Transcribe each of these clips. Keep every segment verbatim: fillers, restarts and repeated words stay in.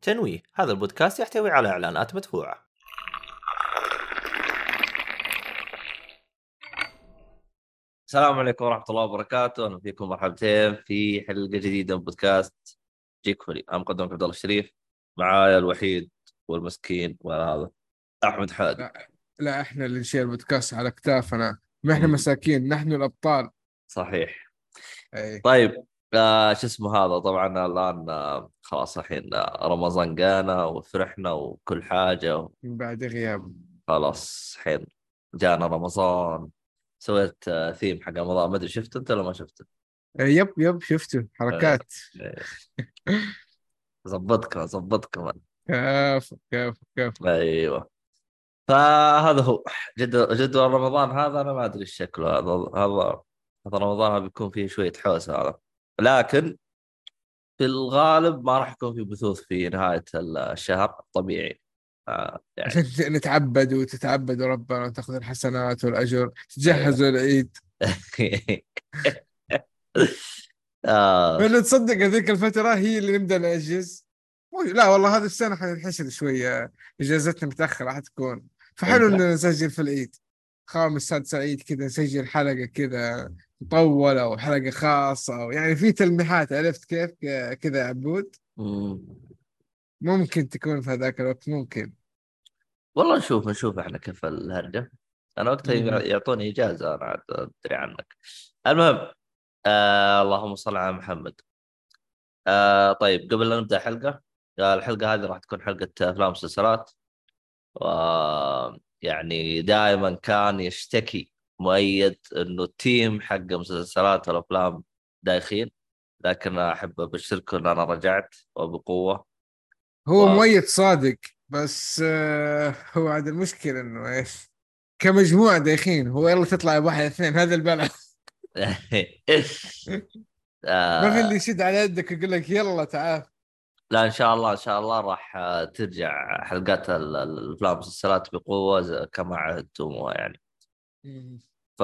تنويه: هذا البودكاست يحتوي على إعلانات مدفوعة. السلام عليكم ورحمة الله وبركاته. أهلا فيكم مرحبتين في حلقة جديدة من بودكاست جيك فولي. أنا مقدمك عبد الله الشريف، معايا الوحيد والمسكين وهذا أحمد حادي. لا, لا احنا اللي نشيل البودكاست على كتافنا، ما احنا مم. مساكين، نحن الابطال. صحيح. اي طيب، آه شو اسمه هذا؟ طبعا الآن آه خلاص الحين آه رمضان جانا وفرحنا وكل حاجة. من بعد غياب. خلاص الحين جانا رمضان. سويت آه ثيم حق رمضان، ما أدري شفت أنت ولا ما شفته؟ اي يب يب شفته آه، حركات. آه، زبطكم زبطكم. كاف كاف كاف. ايوه، فهذا هو جدول جدول رمضان. هذا انا ما ادري ايش شكله. هذا هذا هذا رمضان هذا بيكون فيه شويه حوسه هذا، لكن في الغالب ما راح يكون في بثوث في نهايه الشهر طبيعي. آه يعني عشان نتعبد وتتعبد ربنا وتاخذ الحسنات والاجر، ايوه. تجهزوا العيد. آه. فإنه تصدق هذيك الفترة هي اللي نبدأ نأجز. مو- لا والله هذه السنة حننحشر شوية، إجازتنا متأخرة حتكون، فحلو انت إن نسجل في العيد. خامس سادس عيد كذا نسجل حلقة كذا مطولة أو حلقة خاصة، أو يعني في تلميحات، عرفت كيف ك- كذا يا عبود. مم. ممكن تكون في هذاك الوقت، ممكن. والله نشوف نشوف احنا كيف الهرجه. انا وقتها مهم. يعطوني اجازه، انا عاد ادري عنك. المهم، آه اللهم صل على محمد. آه طيب، قبل لا نبدأ الحلقة، آه الحلقة هذه راح تكون حلقة أفلام ومسلسلات. و يعني دائما كان يشتكي مؤيد إنه التيم حق مسلسلات والأفلام دايخين، لكن أحب أبشركم إن أنا رجعت وبقوة. هو و مؤيد صادق، بس آه هو عاد المشكلة إنه إيش، كمجموعة دايخين، هو يلا تطلع بواحد اثنين، هذا البلد. ما في اللي آه يشد على يدك يقول لك يلا تعال. لا، إن شاء الله إن شاء الله راح آه، ترجع حلقات ال- ال- الأفلام والمسلسلات بقوة زي- كما عهدتم يعني. مم. ف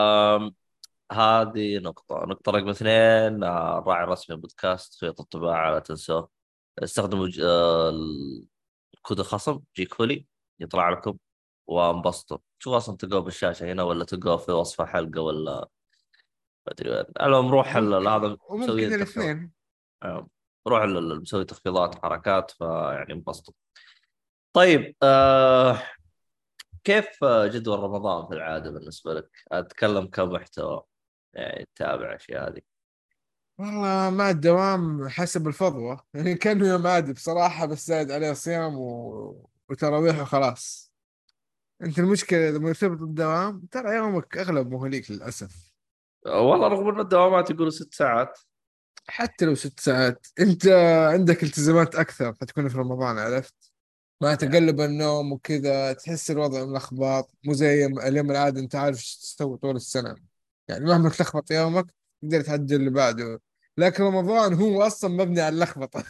هذه نقطة نقطة رقم اثنين، آه، الراعي الرسمي بودكاست خيط الطباعة، لا تنسوه. استخدموا ج- آه، ال- كود الخصم جيك فولي يطلع لكم وانبسطوا. شوف اصلا تلقوه بالشاشة هنا ولا تلقوه في وصف حلقة ولا ما ادري وين. المهم روح ال- ممكن، هذا وممكن مسويين تخفيضات. الاثنين. آه، روح ال- ال- مسوي تخفيضات حركات، فيعني انبسطوا. طيب، آه كيف آه، جدول رمضان في العادة بالنسبة لك؟ أتكلم كمحتوى، يعني تتابع الأشياء هذه. والله مع الدوام حسب الفضوة، يعني كانه يوم عادي بصراحة، بس زايد عليه صيام و... وتراويح وخلاص. انت المشكلة اذا مرتبط بالدوام ترى يومك اغلب مهليك للأسف. والله رغم ان الدوامات يقولوا ست ساعات. حتى لو ست ساعات، انت عندك التزامات اكثر حتكون في رمضان، عرفت؟ مع يعني تقلب النوم وكذا تحس الوضع ملخبط، مو زي يوم- اليوم العادي انت عارف ايش تسوي طول السنة. يعني مهما تلخبط يومك تقدر تعدل اللي بعده. لكن رمضان هو اصلا مبني على اللخبطة.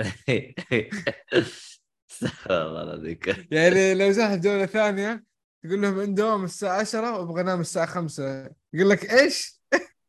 والله ذيك. يعني لو زحف دولة ثانية تقول لهم عندهم الساعة عشرة وابغى انام الساعة خمسة، يقول لك ايش؟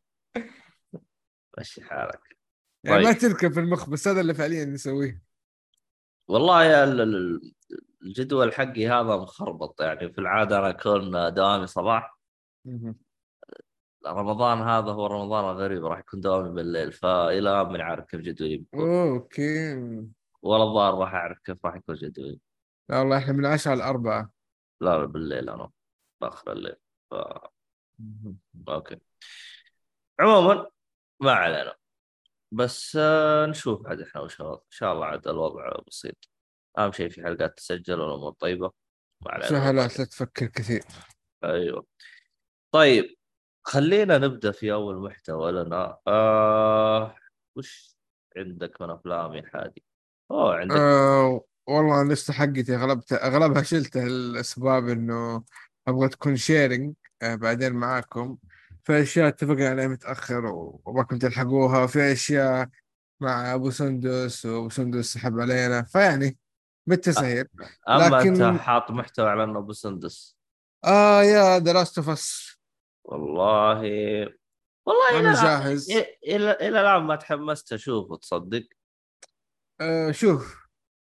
مشي حالك. يعني ما طيب، تركب في المخ، بس هذا اللي فعليا نسويه. والله يا ال- ال- الجدول حقي هذا مخربط. يعني في العادة أنا أكون دوامي صباح. مهم. رمضان هذا هو رمضان الغريب، راح يكون دوامي بالليل، فإلى من عارف كيف جدولي بيكون. اوكي. ولا الظاهر راح أعرف كيف راح يكون جدولي. لا والله احنا من عشرة لأربعة. لا لا، بالليل أنا بآخر الليل. ف... مهم. أوكي، عموما ما علينا. بس آه، نشوف عاد احنا وش هذا. ان شاء الله عاد الوضع بسيط. اهم شيء في حلقات تسجل والامور طيبه، ما علينا من سهلات، الباقي. لا تفكر كثير. ايوه. طيب، خلينا نبدا في اول محتوى لنا. آه وش عندك من افلام يا حادي؟ اوه عندك. آه والله أنا لسه حقتي أغلبت أغلبها شلتها الأسباب إنه أبغى تكون شيرنج آه بعدين معاكم. في أشياء اتفقنا عليها متأخر و- وباكم تلحقوها، وفي أشياء مع أبو سندس وأبو سندس سحب علينا، فيعني بالتسهيل. اما انت لكن حاط محتوى على انه بسندس. آه يا دراست فص. والله والله ماني الى جاهز. الى الى الان ما تحمست اشوفه، تصدق؟ آه شوف،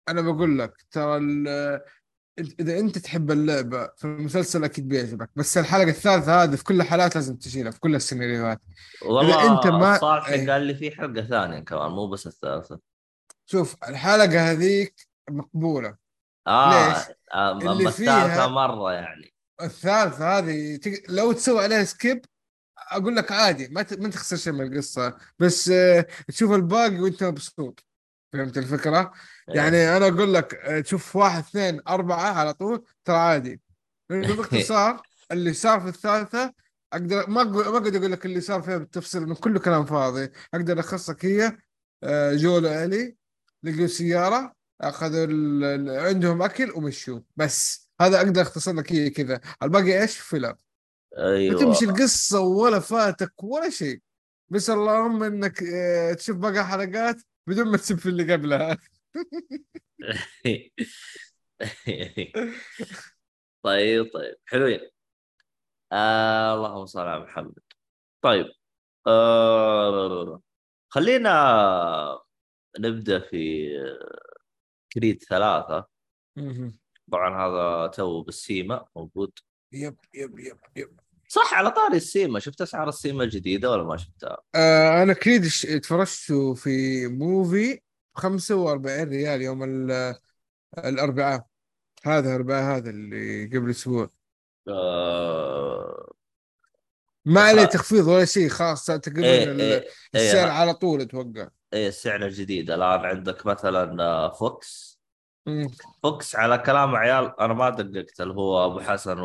انا بقول لك ترى ال- إنت- اذا انت تحب اللعبه فالمسلسل اكيد بيعجبك، بس الحلقه الثالثه هذه في كل الحالات لازم تشيلها في كل السيناريوهات. اذا انت والله ما الصالحي إيه. قال لي في حلقة ثانية كمان مو بس الثالثة. شوف الحلقه هذيك مقبوله. آه ليش؟ أم- اللي أما الثالثة فيها مرة يعني. الثالثه هذه تق- لو تسوي عليها سكيب اقول لك عادي، ما ت- ما تخسر شيء من القصه، بس آه، تشوف الباقي وانت مبسوط. فهمت الفكره؟ إيه. يعني انا اقول لك آه، تشوف واحد اثنين اربعه على طول ترى عادي، لانه باختصار اللي صار في الثالثه اقدر ما أقول ما اقدر اقول لك اللي صار فيها بالتفصيل انه كله كلام فاضي. اقدر الخصك هي آه، جو وإلي لقوا سياره، اخذوا ال- ال- عندهم اكل ومشوا، بس هذا اقدر اختصر لك هي كذا. الباقي ايش؟ فيلم. أيوة. بتمشي القصة ولا فاتك ولا شيء، بس اللهم انك آه، تشوف بقى حلقات بدون ما تسب في اللي قبلها. طيب طيب حلوين. آه اللهم صل على محمد. طيب آه خلينا نبدأ في كريد ثلاثة. مهم. طبعا هذا تو بالسيما موجود. يب يب يب يب. صح، على طاري السيما، شفت أسعار السيما الجديدة ولا ما شفتها؟ آه انا كريد ش- اتفرجت في موفي خمسة وأربعين ريال يوم ال- الاربعاء. هذا الاربعاء هذا اللي قبل اسبوع، آه... ما خ... عليه تخفيض ولا شيء، خلاص تقريبا ايه ال- ايه ايه السعر ه- على طول اتوقع. ايه السعر الجديد الآن عندك مثلا آه، فوكس. مم. فوكس على كلام عيال انا ما دققت اللي هو ابو حسن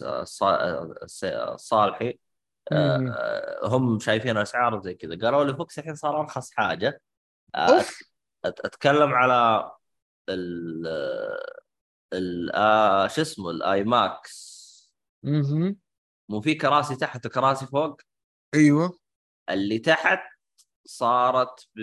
وصالحي. مم. هم شايفين اسعار زي كذا، قالوا لي فوكس الحين صار ارخص حاجه. آه، أت- اوف. أت- اتكلم على ال ال آه، شو اسمه الاي ماكس. مهم. مو في كراسي تحت وكراسي فوق؟ ايوه. اللي تحت صارت ب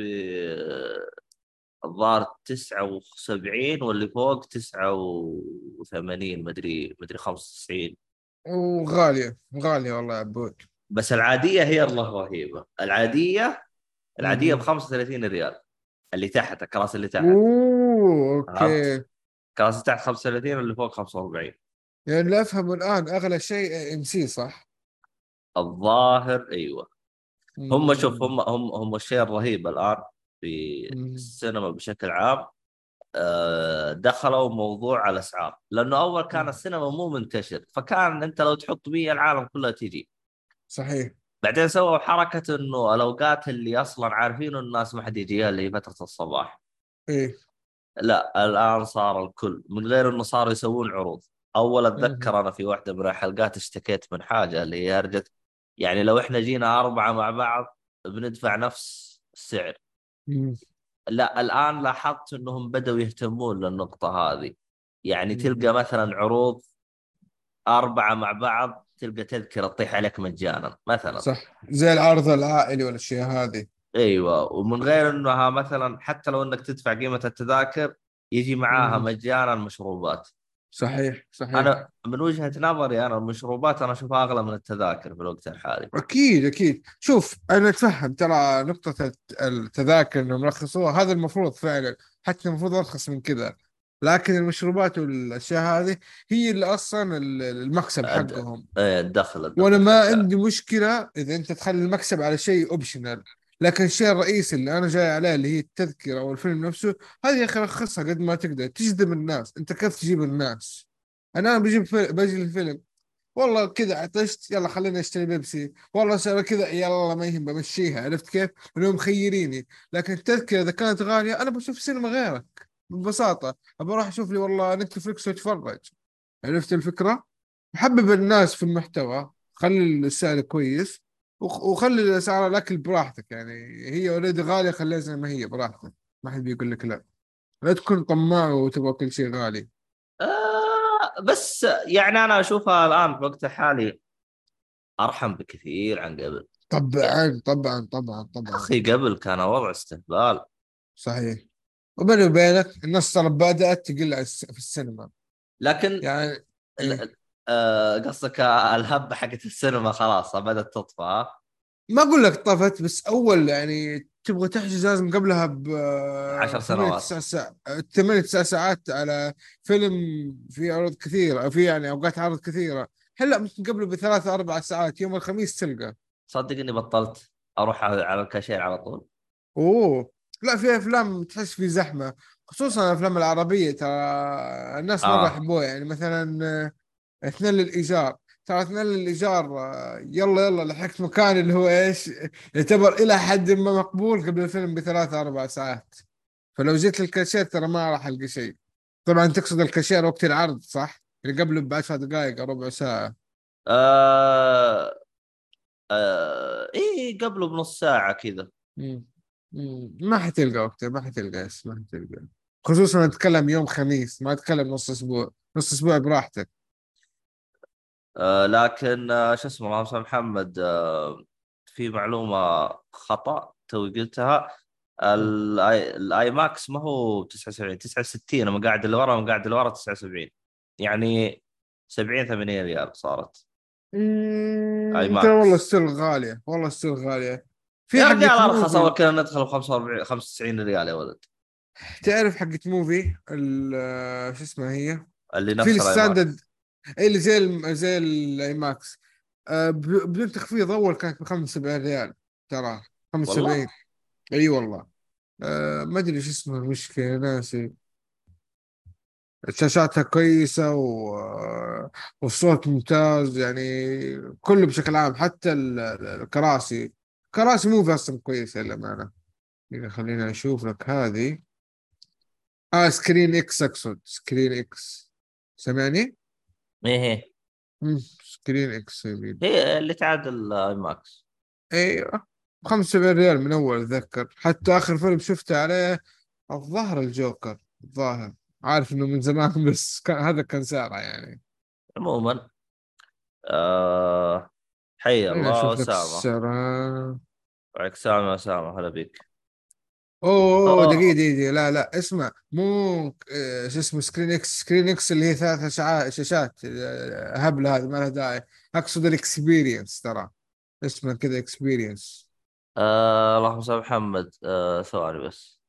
الظاهر تسعة وسبعين، واللي فوق تسعة وثمانين، مدري مدري خمسة وتسعين. وغالية غالية والله يا عبود. بس العادية هي الله رهيبة. العادية العادية ب مهم. خمسة وثلاثين ريال. اللي تحت الكراسي اللي تحت. اوه عرفت؟ اوكي. كراسي تحت خمسة وثلاثين واللي فوق خمسة وأربعين. يعني اللي افهمه الان اغلى شيء ام سي صح؟ الظاهر ايوه. هم شوف مم. هم هم هم الشيء الرهيب الان في مم. السينما بشكل عام. آه، دخلوا موضوع الاسعار، لانه اول كان السينما مو منتشر، فكان انت لو تحط مية العالم كلها تجي. صحيح. بعدين سووا حركه انه الاوقات اللي اصلا عارفين الناس ما حد يجيها اللي هي فتره الصباح. ايه. لا الان صار الكل، من غير انه صاروا يسوون عروض. اول مم. اتذكر انا في واحده من الحلقات اشتكيت من حاجه اللي هي هرجه. يعني لو احنا جينا اربعه مع بعض بندفع نفس السعر. مم. لا الان لاحظت انهم بدأوا يهتمون للنقطه هذه. يعني مم. تلقى مثلا عروض اربعه مع بعض، تلقى تذكره تطيح عليك مجانا مثلا. صح، زي العرض العائلي والاشياء هذه. ايوه، ومن غير انها مثلا حتى لو انك تدفع قيمه التذاكر يجي معاها مم. مجانا مشروبات. صحيح صحيح. انا من وجهة نظري انا المشروبات انا اشوفها اغلى من التذاكر في الوقت الحالي. اكيد اكيد. شوف انا اتفهم ترى نقطة الت- التذاكر انهم رخصوها، هذا المفروض فعلا، حتى المفروض ارخص من كذا. لكن المشروبات والاشياء هذه هي اللي اصلا ال- المكسب الد... حقهم. إيه، الدخل وانا الدخل ما بشكل عام. عندي مشكله اذا انت تخلي المكسب على شيء اوبشنال، لكن الشيء الرئيسي اللي انا جاي عليه اللي هي التذكره او الفيلم نفسه، هذه يا اخي رخصها قد ما تقدر تجذب الناس. انت كيف تجيب الناس؟ انا بجيب فيلم بجي الفيلم والله كذا عطشت يلا خلينا نشتري بيبسي، والله سوى كذا يلا ما يهم بمشيها. عرفت كيف؟ انهم مخيريني. لكن التذكره اذا كانت غاليه انا بشوف سينما غيرك ببساطه، ابى اروح اشوف لي والله نتفلكس واتفرج. عرفت الفكره؟ حبب الناس في المحتوى، خلي السعر كويس، وخ- وخلي الاسعار الاكل براحتك. يعني هي اوريدي غاليه خليها زي ما هي براحتك، ما حد بيقول لك لا. لا تكون طماع وتبغى كل شيء غالي. آه بس يعني انا اشوفها الان في الوقت الحالي ارحم بكثير عن قبل. يا طبعا طبعا طبعا طبعا. اخي قبل كان وضع استهبال. صحيح. وبيني وبينك الناس ترى بدأت تقل على الس- في السينما لكن يعني. ال- إيه. ال- آه قصدك الهبه حقت السينما خلاص بدات تطفى ها؟ ما اقول لك طفت، بس اول يعني تبغى تحجز لازم قبلها ب عشر ثمانية سنوات تسع ساعات، ثمانية تسع ساعات على فيلم في عروض كثيرة، في يعني أوقات عرض كثيرة. هلا ممكن قبله بثلاثة أربع ساعات يوم الخميس تلقى. صدق اني بطلت اروح على على الكاشير على طول. أوه لا، في أفلام تحس في زحمة، خصوصا الأفلام العربية، ترى الناس مرة اه يحبوها. يعني مثلا آه، اثنين للإيجار، ترى اثنين للإيجار آه، يلا يلا لحقت مكان اللي هو إيش، يعتبر إلى حد ما مقبول قبل الفيلم بثلاثة أربع ساعات. فلو جيت للكاشير ترى ما راح ألقى شيء. طبعا تقصد الكاشير وقت العرض صح؟ اللي قبله بعشر دقائق أو ربع ساعة. آه آه ايه قبله بنص ساعة كذا. مم. مم. ما حتلقى وقتها، ما حتلقى إيش، ما حتلقى. خصوصا أتكلم يوم خميس، ما أتكلم نص أسبوع. نص أسبوع براحتك. آه لكن آه شو اسمه اللهم صل على محمد، آه في معلومة خطأ توي قلتها. مم. الاي الاي ماكس ما هو تسعة وسبعين تسعة وستين، انا قاعد اللي ورا، انا قاعد اللي ورا تسعة وسبعين، يعني سبعين ثمانين ريال صارت اي مم. ترى والله ماكس. ستيل غالية، والله ستيل غالية. في يا حقة رجال ارخص، اول موفي، كنا ندخل ب خمسة وأربعين خمسة وتسعين ريال يا ولد. تعرف حقة موفي ال- شو اسمها هي، اللي في نفس الاي الستاندرد، ماكس. اي اللي زي الم... زي الاي ماكس. آه، ب- بدون تخفيض اول كانت ب خمسة وسبعين ريال، ترى والله خمسة وسبعين. اي والله. آه، ما ادري ايش اسمه، المشكلة ناسي. شاشاتها كويسة و... آه، والصوت ممتاز يعني، كله بشكل عام، حتى ال- ال- الكراسي، كراسي موفي اصلا كويسة للأمانة. يعني خلينا اشوف لك هذه. اه سكرين اكس، اقصد سكرين اكس، سامعني؟ ايه هي مم، سكرين اكس يمين. هي اللي تعادل اي ماكس. ايوه، خمسة وسبعين ريال من اول اتذكر، حتى اخر فيلم شفته عليه الظاهر الجوكر، الظاهر. عارف انه من زمان بس كان هذا كان سعره يعني. عموما آه حي خلينا الله اشوف لك وسامة. السعر. وعليك سامة وسامة، هلا بيك. اوه أوه، دقيقة اوه دقيقة، لا لا اسمع، مو آه، شو اسمه، سكرين اكس، سكرين اكس اللي هي ثلاث شعا- شاشات آه، هبلة، هذه ما لها داعي. اقصد الاكسبيرينس، ترى اسمه كذا اكسبيرينس. آه اللهم صل على محمد، آه ثواني بس.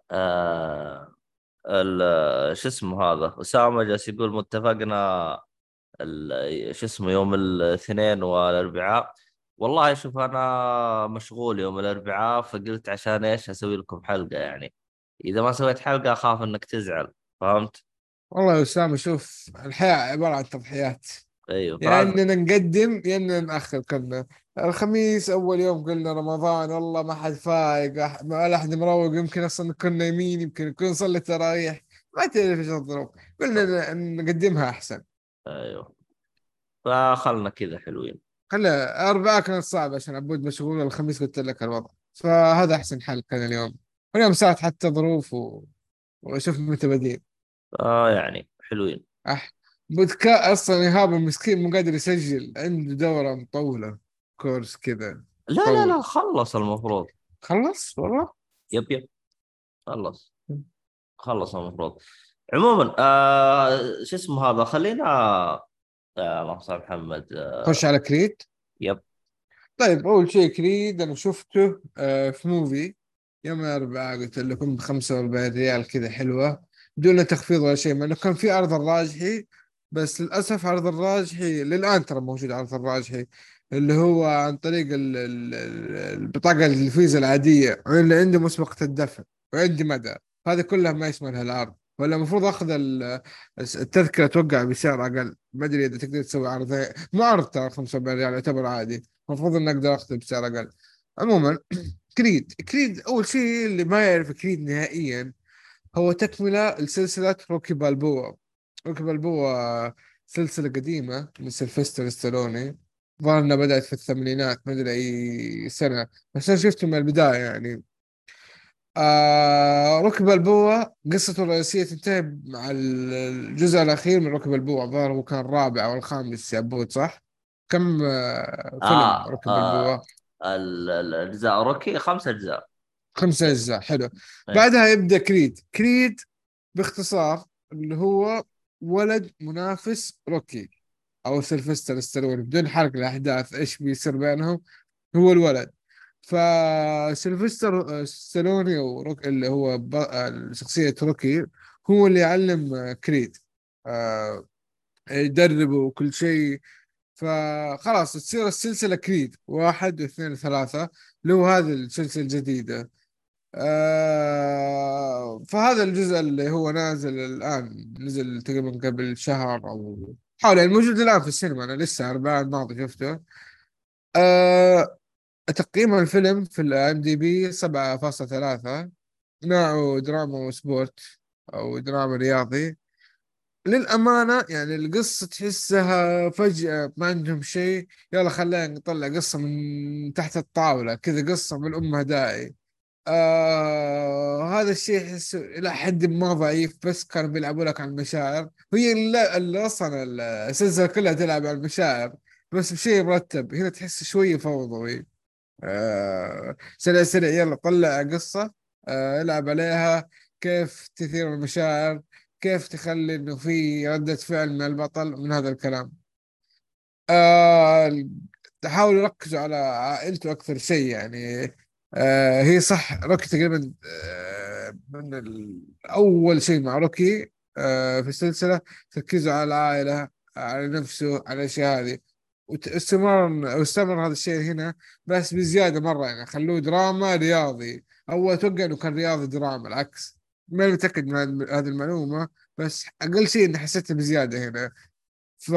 آه ال- شو اسمه هذا أسامة جالس يقول متفقنا ال- شو اسمه يوم الاثنين والاربعاء. والله شوف انا مشغول يوم الاربعاء، فقلت عشان ايش اسوي لكم حلقة يعني، اذا ما سويت حلقة اخاف انك تزعل، فهمت؟ والله يا أسامة شوف، الحياة عبارة عن تضحيات. ايوه يا فلازم. إننا نقدم يا إننا نأخر. كنا الخميس أول يوم قلنا رمضان، والله ما حد فايق، أح- ما لا أحد مروق، يمكن أصلا كنا يمين، يمكن نكون نصلي التراويح، ما تعرف إيش الظروف. قلنا ن- نقدمها أحسن. ايوه فخلنا كذا حلوين. خلى أربعة كانت صعبة عشان عبود مشغول، الخميس قلت لك الوضع، فهذا أحسن حل كان اليوم. واليوم ساعات حتى ظروف و... وشوف متى بديل. اه يعني حلوين. أح بودكا أصلا إيهاب المسكين مو قادر يسجل، عنده دورة مطولة، كورس كذا لا لا لا طول. خلص المفروض. خلص والله. يب يب خلص. خلص المفروض. عموما آه شو اسمه هذا خلينا، آه اللهم صل على محمد، آه خش على كريد. يب. طيب أول شيء كريد أنا شفته آه في موفي يوم الأربعاء، قلت لكم بخمسة وأربعين ريال كذا حلوة، بدون تخفيض ولا شيء، مع إنه كان في عرض الراجحي. بس للأسف عرض الراجحي للآن ترى موجود، عرض الراجحي اللي هو عن طريق ال- ال- ال- البطاقة الفيزا العادية، اللي عنده مسبقة الدفع وعندي مدى، هذه كلها ما يشملها العرض. ولا المفروض اخذ ال- التذكرة توقع بسعر اقل. ما ادري اذا تقدر تسوي عرض، مو عرض ترى خمسة وأربعين ريال يعتبر عادي، المفروض اني اقدر اخذه بسعر اقل. عموما كريد، كريد اول شيء اللي ما يعرف كريد نهائيا، هو تكمله لسلسله روكي بالبوا. روكي بالبوا سلسله قديمه من سيلفستر ستالوني، ظهر انها بدات في الثمانينات، ما ادري اي سنه، بس انا شفته من البدايه يعني. آه روكي بالبوا قصته الرئيسيه تنتهي مع الجزء الاخير من روكي بالبوا، ظهر هو كان الرابع او الخامس يا بود صح؟ كم آه فيلم آه, روكي بالبوا؟ آه ال- ال- الأجزاء روكي خمس أجزاء. خمسة أجزاء، حلو. إيه. بعدها يبدأ كريد. كريد باختصار اللي هو ولد منافس روكي أو سيلفستر ستالوني، بدون حرق الأحداث إيش بيصير بينهم. هو الولد، فسيلفستر ستالوني أو روك اللي هو ب- شخصية روكي هو اللي يعلم كريد، آه، يدربه وكل شيء. فخلاص تصير السلسلة كريد واحد واثنين وثلاثة، اللي هو هذه السلسلة الجديدة. آه فهذا الجزء اللي هو نازل الآن، نزل تقريبا قبل شهر أو حوالي، يعني موجود الآن في السينما. أنا لسه أربعاء الماضي شفته. آه تقييم الفيلم في الام دي بي سبعة فاصلة ثلاثة، نوعه دراما وسبورت أو دراما رياضي. للأمانة يعني القصة تحسها فجأة ما عندهم شيء، يلا خلينا نطلع قصة من تحت الطاولة كذا، قصة من أمها داعي. آه هذا الشيء أحس إلى حد ما ضعيف، بس كانوا بيلعبوا لك على المشاعر. هي اللي اللي أصلا السلسلة كلها تلعب على المشاعر، بس بشيء مرتب. هنا تحس شوية فوضوي. آه سريع سريع يلا طلع قصة، آه العب عليها، كيف تثير المشاعر، كيف تخلي انه في ردة فعل من البطل من هذا الكلام. آه تحاولوا يركزوا على عائلته أكثر شيء يعني. آه هي صح روكي تقريبا آه من ال- أول شيء مع روكي آه في السلسلة تركزوا على العائلة، على نفسه، على الأشياء هذه. واستمر واستمر هذا الشيء هنا، بس بزيادة مرة. يعني خلوه دراما رياضي. أول أتوقع إنه كان رياضي دراما، العكس. ما متأكد من هذه هذه المعلومة، بس أقل شيء إني حسيتها بزيادة هنا. ف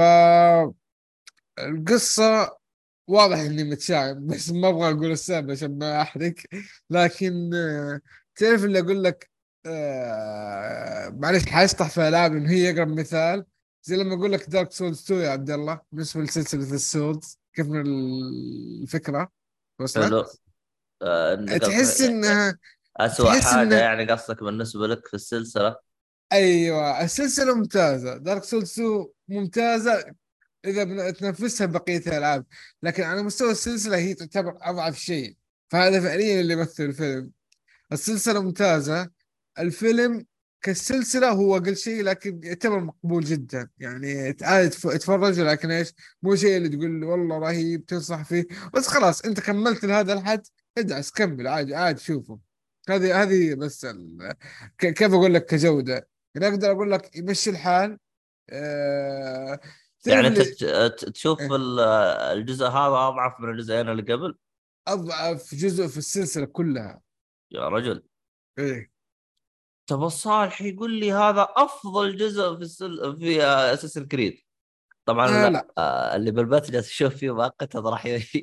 القصة واضح إني متشائم، بس ما أبغى أقول السبب عشان ما أحرق. لكن آه، تعرف اللي أقول لك، آه، معلش حاشطح في ألعاب إنه هي أقرب مثال. زي لما أقول لك دارك سولز تو يا عبد الله، بالنسبة لسلسلة السولز، كيف من الفكرة حلو. وصلت؟ آه نقص تحس إنها أسوأ تحس حاجة إن يعني قصدك بالنسبة لك في السلسلة؟ أيوة السلسلة ممتازة، دارك سولز تو ممتازة اذا بنتنافسها بقيه الالعاب. لكن على مستوى السلسله هي تعتبر اضعف شيء. فهذا فعليا اللي يمثل الفيلم. السلسله ممتازه، الفيلم كسلسله هو اقل شيء، لكن يعتبر مقبول جدا. يعني تعال تف- تتفرج، لكن ايش، مو شيء اللي تقول والله رهيب تنصح فيه. بس خلاص انت كملت لهذا الحد، ادعس كمل عادي عادي شوفه. هذه هذه بس ال... ك- كيف اقول لك كجوده. يعني اقدر اقول لك يمشي الحال. أه... تعرف يعني أنت لي، تش- ت- تشوف ال- الجزء هذا أضعف من الجزئين اللي قبل؟ أضعف جزء في السلسلة كلها. يا رجل، إيه. تبى صالح يقول لي هذا أفضل جزء في السل... في أساس كريد. طبعا آه لا، لا. آه، اللي بالبيت جالس يشوف فيه مؤقت هذا راح ي...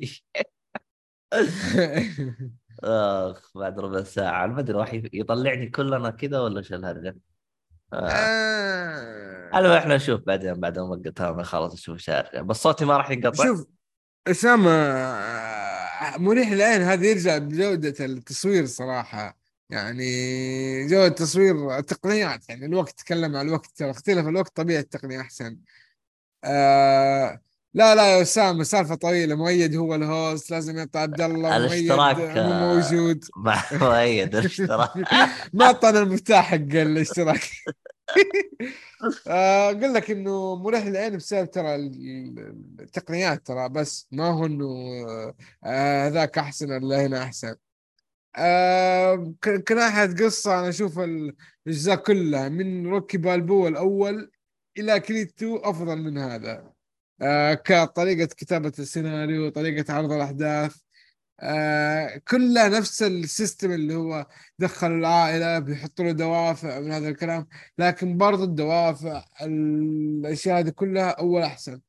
اخ بعد ربع ساعة أنا ما ادري راح يطلعني كلنا كذا ولا شو الهرجة. آه. آه. المهم احنا نشوف بعدين بعد ما وقتها ما خلاص نشوف ايش هرجة. بس صوتي ما راح ينقطع. شوف أسامة، آه، مريح العين هذا يرجع بجودة التصوير صراحة. يعني جودة التصوير، التقنيات، يعني الوقت، تكلم عن الوقت، ترى اختلف الوقت طبيعي التقنية أحسن. آه لا لا يا أسامة، سالفة طويلة. مؤيد هو الهوست، لازم يطلع عبد الله، مؤيد الاشتراك مو آه، موجود. مع مؤيد الاشتراك. ما أعطانا المفتاح حق الاشتراك. آه، أقول لك إنه مريح للعين بسبب ترى ال- التقنيات، ترى بس ما هو إنه آه، هذاك أحسن ولا هنا أحسن. آه ك- كناحية قصة أنا أشوف الأجزاء كلها من روكي بالبو الأول إلى كريد تو أفضل من هذا. آه كطريقة كتابة السيناريو، طريقة عرض الأحداث، آه كلها نفس السيستم اللي هو دخل العائلة بيحط له دوافع من هذا الكلام. لكن برضو الدوافع الأشياء هذه كلها أول أحسن.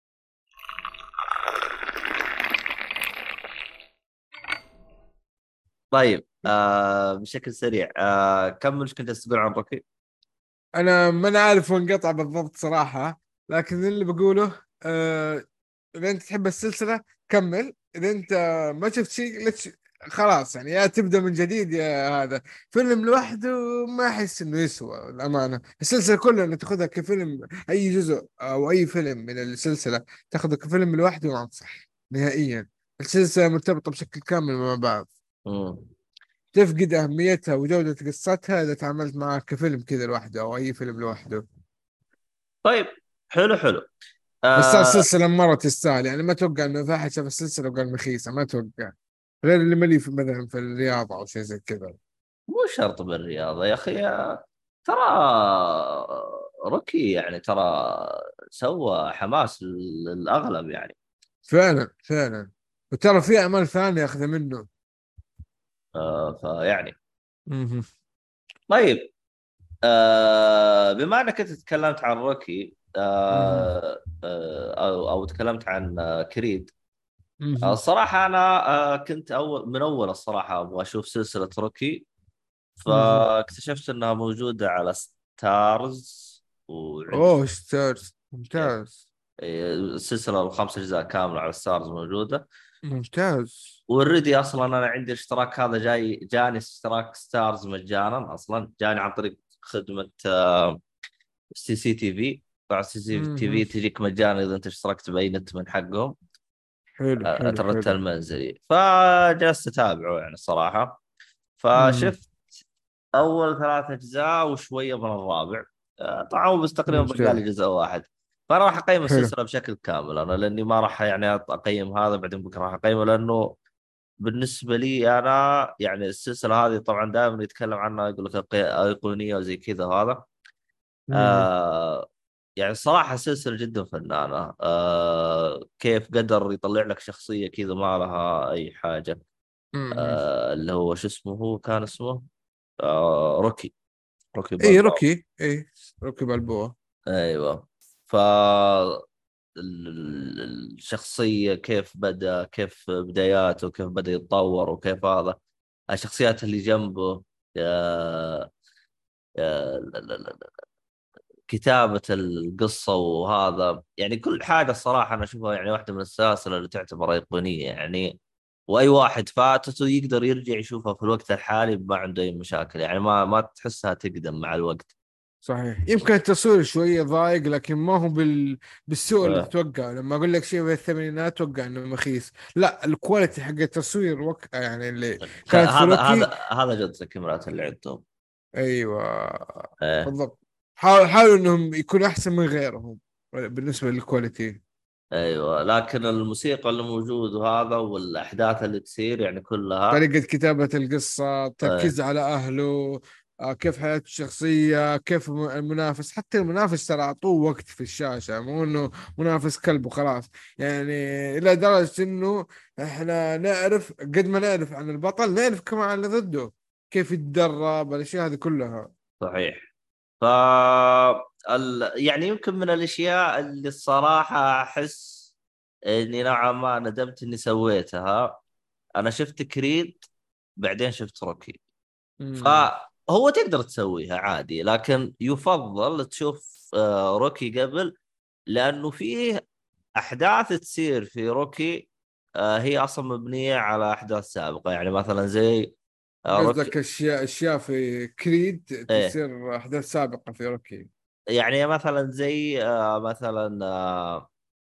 طيب آه بشكل سريع آه كمل ايش كنت تقول عن روكي؟ أنا ما أنا عارف وين قطع بالضبط صراحة، لكن اللي بقوله آه إذا أنت تحب السلسلة كمل. إذا أنت ما شفت شيء ليش، خلاص يعني يا تبدأ من جديد يا هذا. فيلم لوحده ما أحس إنه يسوى الأمانة. السلسلة كلها إنك تاخذها كفيلم، أي جزء أو أي فيلم من السلسلة تاخذه كفيلم لوحده ما أنصح نهائيا. السلسلة مرتبطة بشكل كامل مع بعض. مم. تفقد أهميتها وجودة قصتها إذا تعاملت معها كفيلم كذا لوحده أو أي فيلم لوحده. طيب حلو حلو. بس صار آه سلسلة مرة تستاهل. يعني ما أتوقع إنه في أحد شاف السلسلة وقال مخيسة، ما أتوقع. غير اللي ملي في مثلا في الرياضة أو شيء زي كذا. مو شرط بالرياضة يا أخي، ترى روكي يعني ترى سوى حماس للأغلب يعني. فعلا فعلا. وترى في أعمال ثانية أخذ منه. آه فيعني مهم. طيب. آه بما انك انت تكلمت عن روكي، مهم. آه آه او او تكلمت عن آه كريد. آه مهم. الصراحه انا آه كنت اول من اول الصراحه ابغى اشوف سلسله روكي. مهم. فاكتشفت انها موجوده على ستارز وعند أوه ستارز يب. ممتاز. آه، السلسله الخمس اجزاء كامله على ستارز موجوده. ممتاز. والريدي اصلا انا عندي الاشتراك هذا، جاي جاني اشتراك ستارز مجانا، اصلا جاني عن طريق خدمه سي سي تي في. طبعا سي سي تي مهم. في تجيك مجانا اذا انت اشتركت باي نت من حقهم، حلو حلو اترت حلو. المنزلي. فجلست اتابعه يعني الصراحه. مهم. فشفت اول ثلاث اجزاء وشويه من الرابع. آه، طبعا هو بس تقريبا بقى ممتاز. لي جزء واحد. فانا راح اقيم حلو. السلسله بشكل كامل انا، لاني ما راح يعني اقيم هذا بعدين بكره راح اقيمه، لانه بالنسبه لي انا يعني السلسله هذه طبعا دائما يتكلم عنها، يقول لك أيق- ايقونيه وزي كذا هذا. مهم. آه يعني صراحة سلسلة جدا فنانة. آه كيف قدر يطلع لك شخصية كذا ما لها أي حاجة. مهم. آه اللي هو شو اسمه، هو كان اسمه آه روكي. روكي اي بالباو. روكي اي. روكي بالبوا. أيوة. ف ال- ال- الشخصية كيف بدأ، كيف بداياته، كيف بدأ يتطور، وكيف هذا الشخصيات اللي جنبه. آه آه كتابة القصة وهذا، يعني كل حاجة الصراحة أنا أشوفها يعني واحدة من السلاسل اللي تعتبر أيقونية يعني. وأي واحد فاتته يقدر يرجع يشوفها في الوقت الحالي ما عنده أي مشاكل، يعني ما ما تحسها تقدم مع الوقت. صحيح. يمكن التصوير شوية ضايق لكن ما هو بال... بالسوء اللي آه. تتوقع لما أقول لك شيء في الثمانينات توقع إنه مخيس. لا الكواليتي حق التصوير وك... يعني اللي ك- كانت في هذا روكي. هذا هذا جد الكاميرات اللي عندهم. أيوة آه. بالضبط. حاولوا حاولوا إنهم يكونوا أحسن من غيرهم بالنسبة للكواليتي. أيوة، لكن الموسيقى اللي موجود وهذا والأحداث اللي تصير يعني كلها. طريقة كتابة القصة، آه. تركيز على أهله، آه، كيف حياته الشخصية، كيف الم- المنافس. حتى المنافس ترى أعطوه وقت في الشاشة، مو إنه منافس كلب وخلاص. يعني إلى درجة إنه إحنا نعرف قد ما نعرف عن البطل نعرف كمان عن اللي ضده، كيف يتدرب، الأشياء هذه كلها. صحيح. ف ال... يعني يمكن من الاشياء اللي الصراحه احس اني نوعا ما ندمت اني سويتها. انا شفت كريد بعدين شفت روكي. مم. فهو تقدر تسويها عادي، لكن يفضل تشوف آه، روكي قبل، لانه فيه احداث تصير في روكي آه، هي اصلا مبنيه على احداث سابقه، يعني مثلا زي آه، روكي. قصدك أشياء أشياء في كريد ايه تصير أحداث سابقة في روكي. يعني مثلا زي آه، مثلا آه،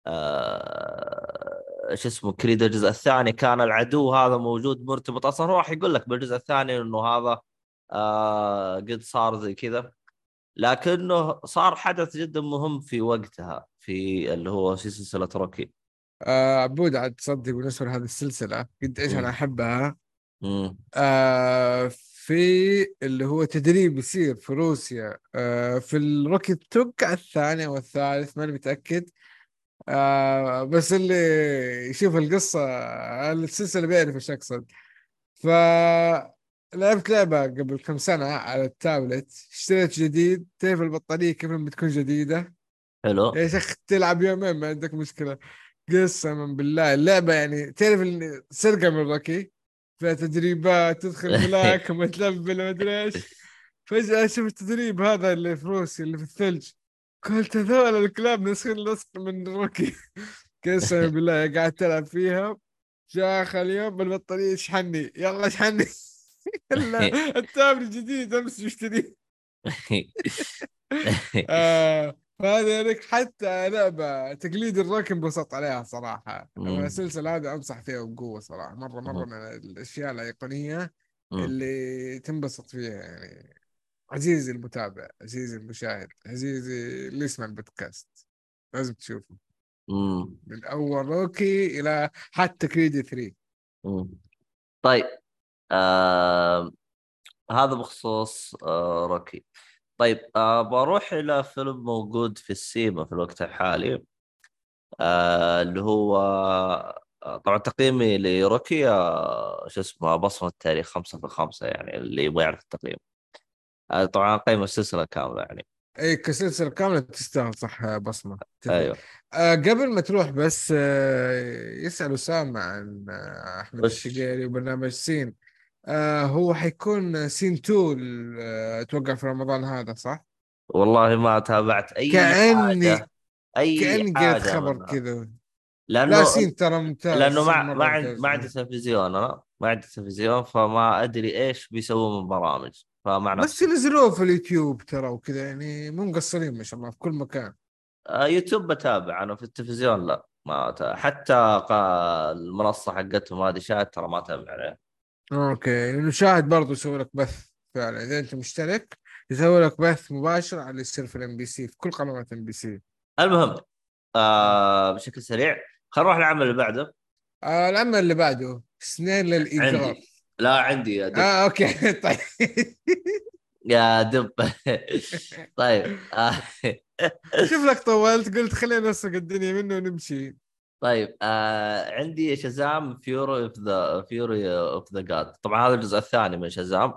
آه، شو اسمه كريد الجزء الثاني كان العدو هذا موجود مرتبط اصلا، هو راح يقول لك بالجزء الثاني انه هذا آه قد صار زي كذا، لكنه صار حدث جدا مهم في وقتها في اللي هو في سلسلة روكي. آه عبود عاد تصدق بالنسبة لهذه السلسلة قد إيش أنا مم. أحبها. مم. آه في اللي هو تدريب يصير في روسيا آه في الروكي توقع الثاني او الثالث ماني متأكد. آه بس اللي يشوف القصة السلسلة بيعرف ايش اقصد. ف لعبت لعبة قبل كم سنة على التابلت، اشتريت جديد، تعرف البطارية كيف لما تكون جديدة حلو. يا شيخ تلعب يومين ما عندك مشكلة. قسما بالله اللعبة يعني تعرف إن سرقة من روكي، فيها تدريبات، تدخل ملاكمة، تلبل ما ادري ايش. فجأة اشوف التدريب هذا اللي في روسيا اللي في الثلج، قلت هذول الكلاب نسخين لصق من روكي. قسما بالله قاعد تلعب فيها. جاء آخر اليوم بالبطارية اشحني يلا اشحني. يلا التابلت الجديد امس مشتري. آه فهذا لك حتى لعبة تقليد الروك انبسطت عليها صراحة. مم. السلسلة هذه أنصح فيها بقوة صراحة، مرة مرة مم. من الأشياء الأيقونية مم. اللي تنبسط فيها يعني. عزيزي المتابع، عزيزي المشاهد، عزيزي اللي يسمع البودكاست، لازم تشوفه مم. من أول روكي إلى حتى كريدي ثري. مم. طيب آه هذا بخصوص آه روكي. طيب آه بروح إلى فيلم موجود في السينما في الوقت الحالي، آه اللي هو آه طبعا تقييمي لروكي آه شو اسمه بصمة التاريخ خمسة في خمسة، يعني اللي يبغى يعرف التقييم. آه طبعا قيمة السلسلة كاملة يعني. اي كسلسلة كاملة تستاهل صح بصمة، اتفق. أيوه. آه قبل ما تروح بس آه يسأل أسامة عن آه أحمد وش الشقيري وبرنامج سين. آه هو حيكون سين تو، آه أتوقع في رمضان هذا صح؟ والله ما تابعت أي كأني حاجة، أي كأني قريت حاجة خبر منها. كذا. لا لأنه سين ترى ممتاز، لانه سين ما ما مرة عندي ممتاز. ما عندي تلفزيون، انا ما عندي تلفزيون، فما ادري ايش بيسووا من برامج، فمع بس نفسي. ينزلوه في اليوتيوب ترى وكذا، يعني مو مقصرين ما شاء الله في كل مكان. آه، يوتيوب بتابع انا، في التلفزيون لا ما أتابع. حتى قا- المنصه حقتهم هذه شاهد ترى ما اتابع عليها. اوكي، لانه شاهد برضه يسوي لك بث فعلا اذا انت مشترك، يسوي لك بث مباشر على اللي يصير في الام بي سي في كل قنوات ام بي سي. المهم آه بشكل سريع خلينا نروح للعمل اللي بعده. آه العمل اللي بعده سنين للايقاف. عندي، لا عندي يا دب. اه اوكي طيب. يا دب. طيب آه شوف لك طولت قلت خلينا نسرق الدنيا منه ونمشي. طيب آه عندي شازام فيوري اوف ذا فيوري اوف ذا جاد. طبعا هذا الجزء الثاني من شازام.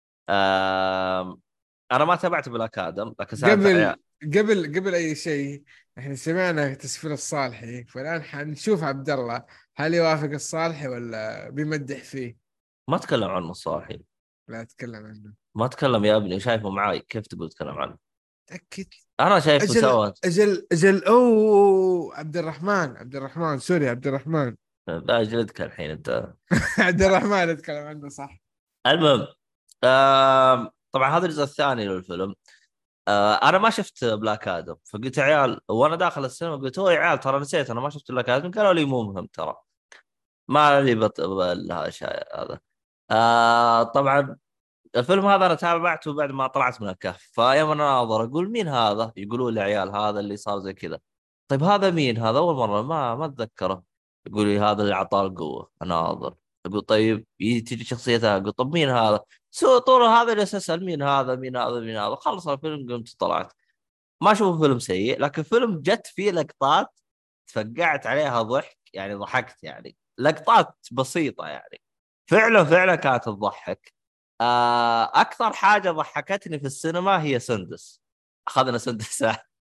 آه انا ما تابعت بلاك ادم لكن سالت عيال. قبل قبل قبل اي شيء، احنا سمعنا تسفير الصالحي، فالان حنشوف عبد الله هل يوافق الصالحي ولا بيمدح فيه. ما تكلم عنه الصالحين، لا اتكلم عنه. ما تكلم يا ابني، شايفه معاي كيف تقول تكلم عنه؟ تأكد. انا شايفه اجل سوا. اجل اجل اوه عبد الرحمن عبد الرحمن سوري عبد الرحمن. لا جلدك الحين انت. عبد الرحمن اتكلم عنه صح. المهم آه طبعا هذا الجزء الثاني للفيلم. آه انا ما شفت بلاك ادم، فقلت يا عيال وانا داخل السينما قلت هو يا عيال ترى نسيت انا ما شفت بلاك ادم. قالوا لي مو مهم ترى، ما لي بط... لها شيء هذا. آه طبعا الفيلم هذا انا تابعته بعد ما طلعت من الكهف، فايام انا ناظر اقول مين هذا، يقولوا لي عيال هذا اللي صار زي كذا. طيب هذا مين هذا؟ اول مره ما ما اتذكره. يقول لي هذا اللي اعطاه القوه. انا ناظر اقول طيب يجي تجي شخصيتها اقول طب مين هذا؟ سو طول هذا جالس اسال مين هذا مين هذا مين هذا. خلص الفيلم قمت طلعت. ما اشوف فيلم سيء، لكن فيلم جت فيه لقطات تفقعت عليها ضحك، يعني ضحكت يعني لقطات بسيطه يعني فعلا فعلا كانت تضحك. آه، اكثر حاجه ضحكتني في السينما هي سندس. اخذنا سندس.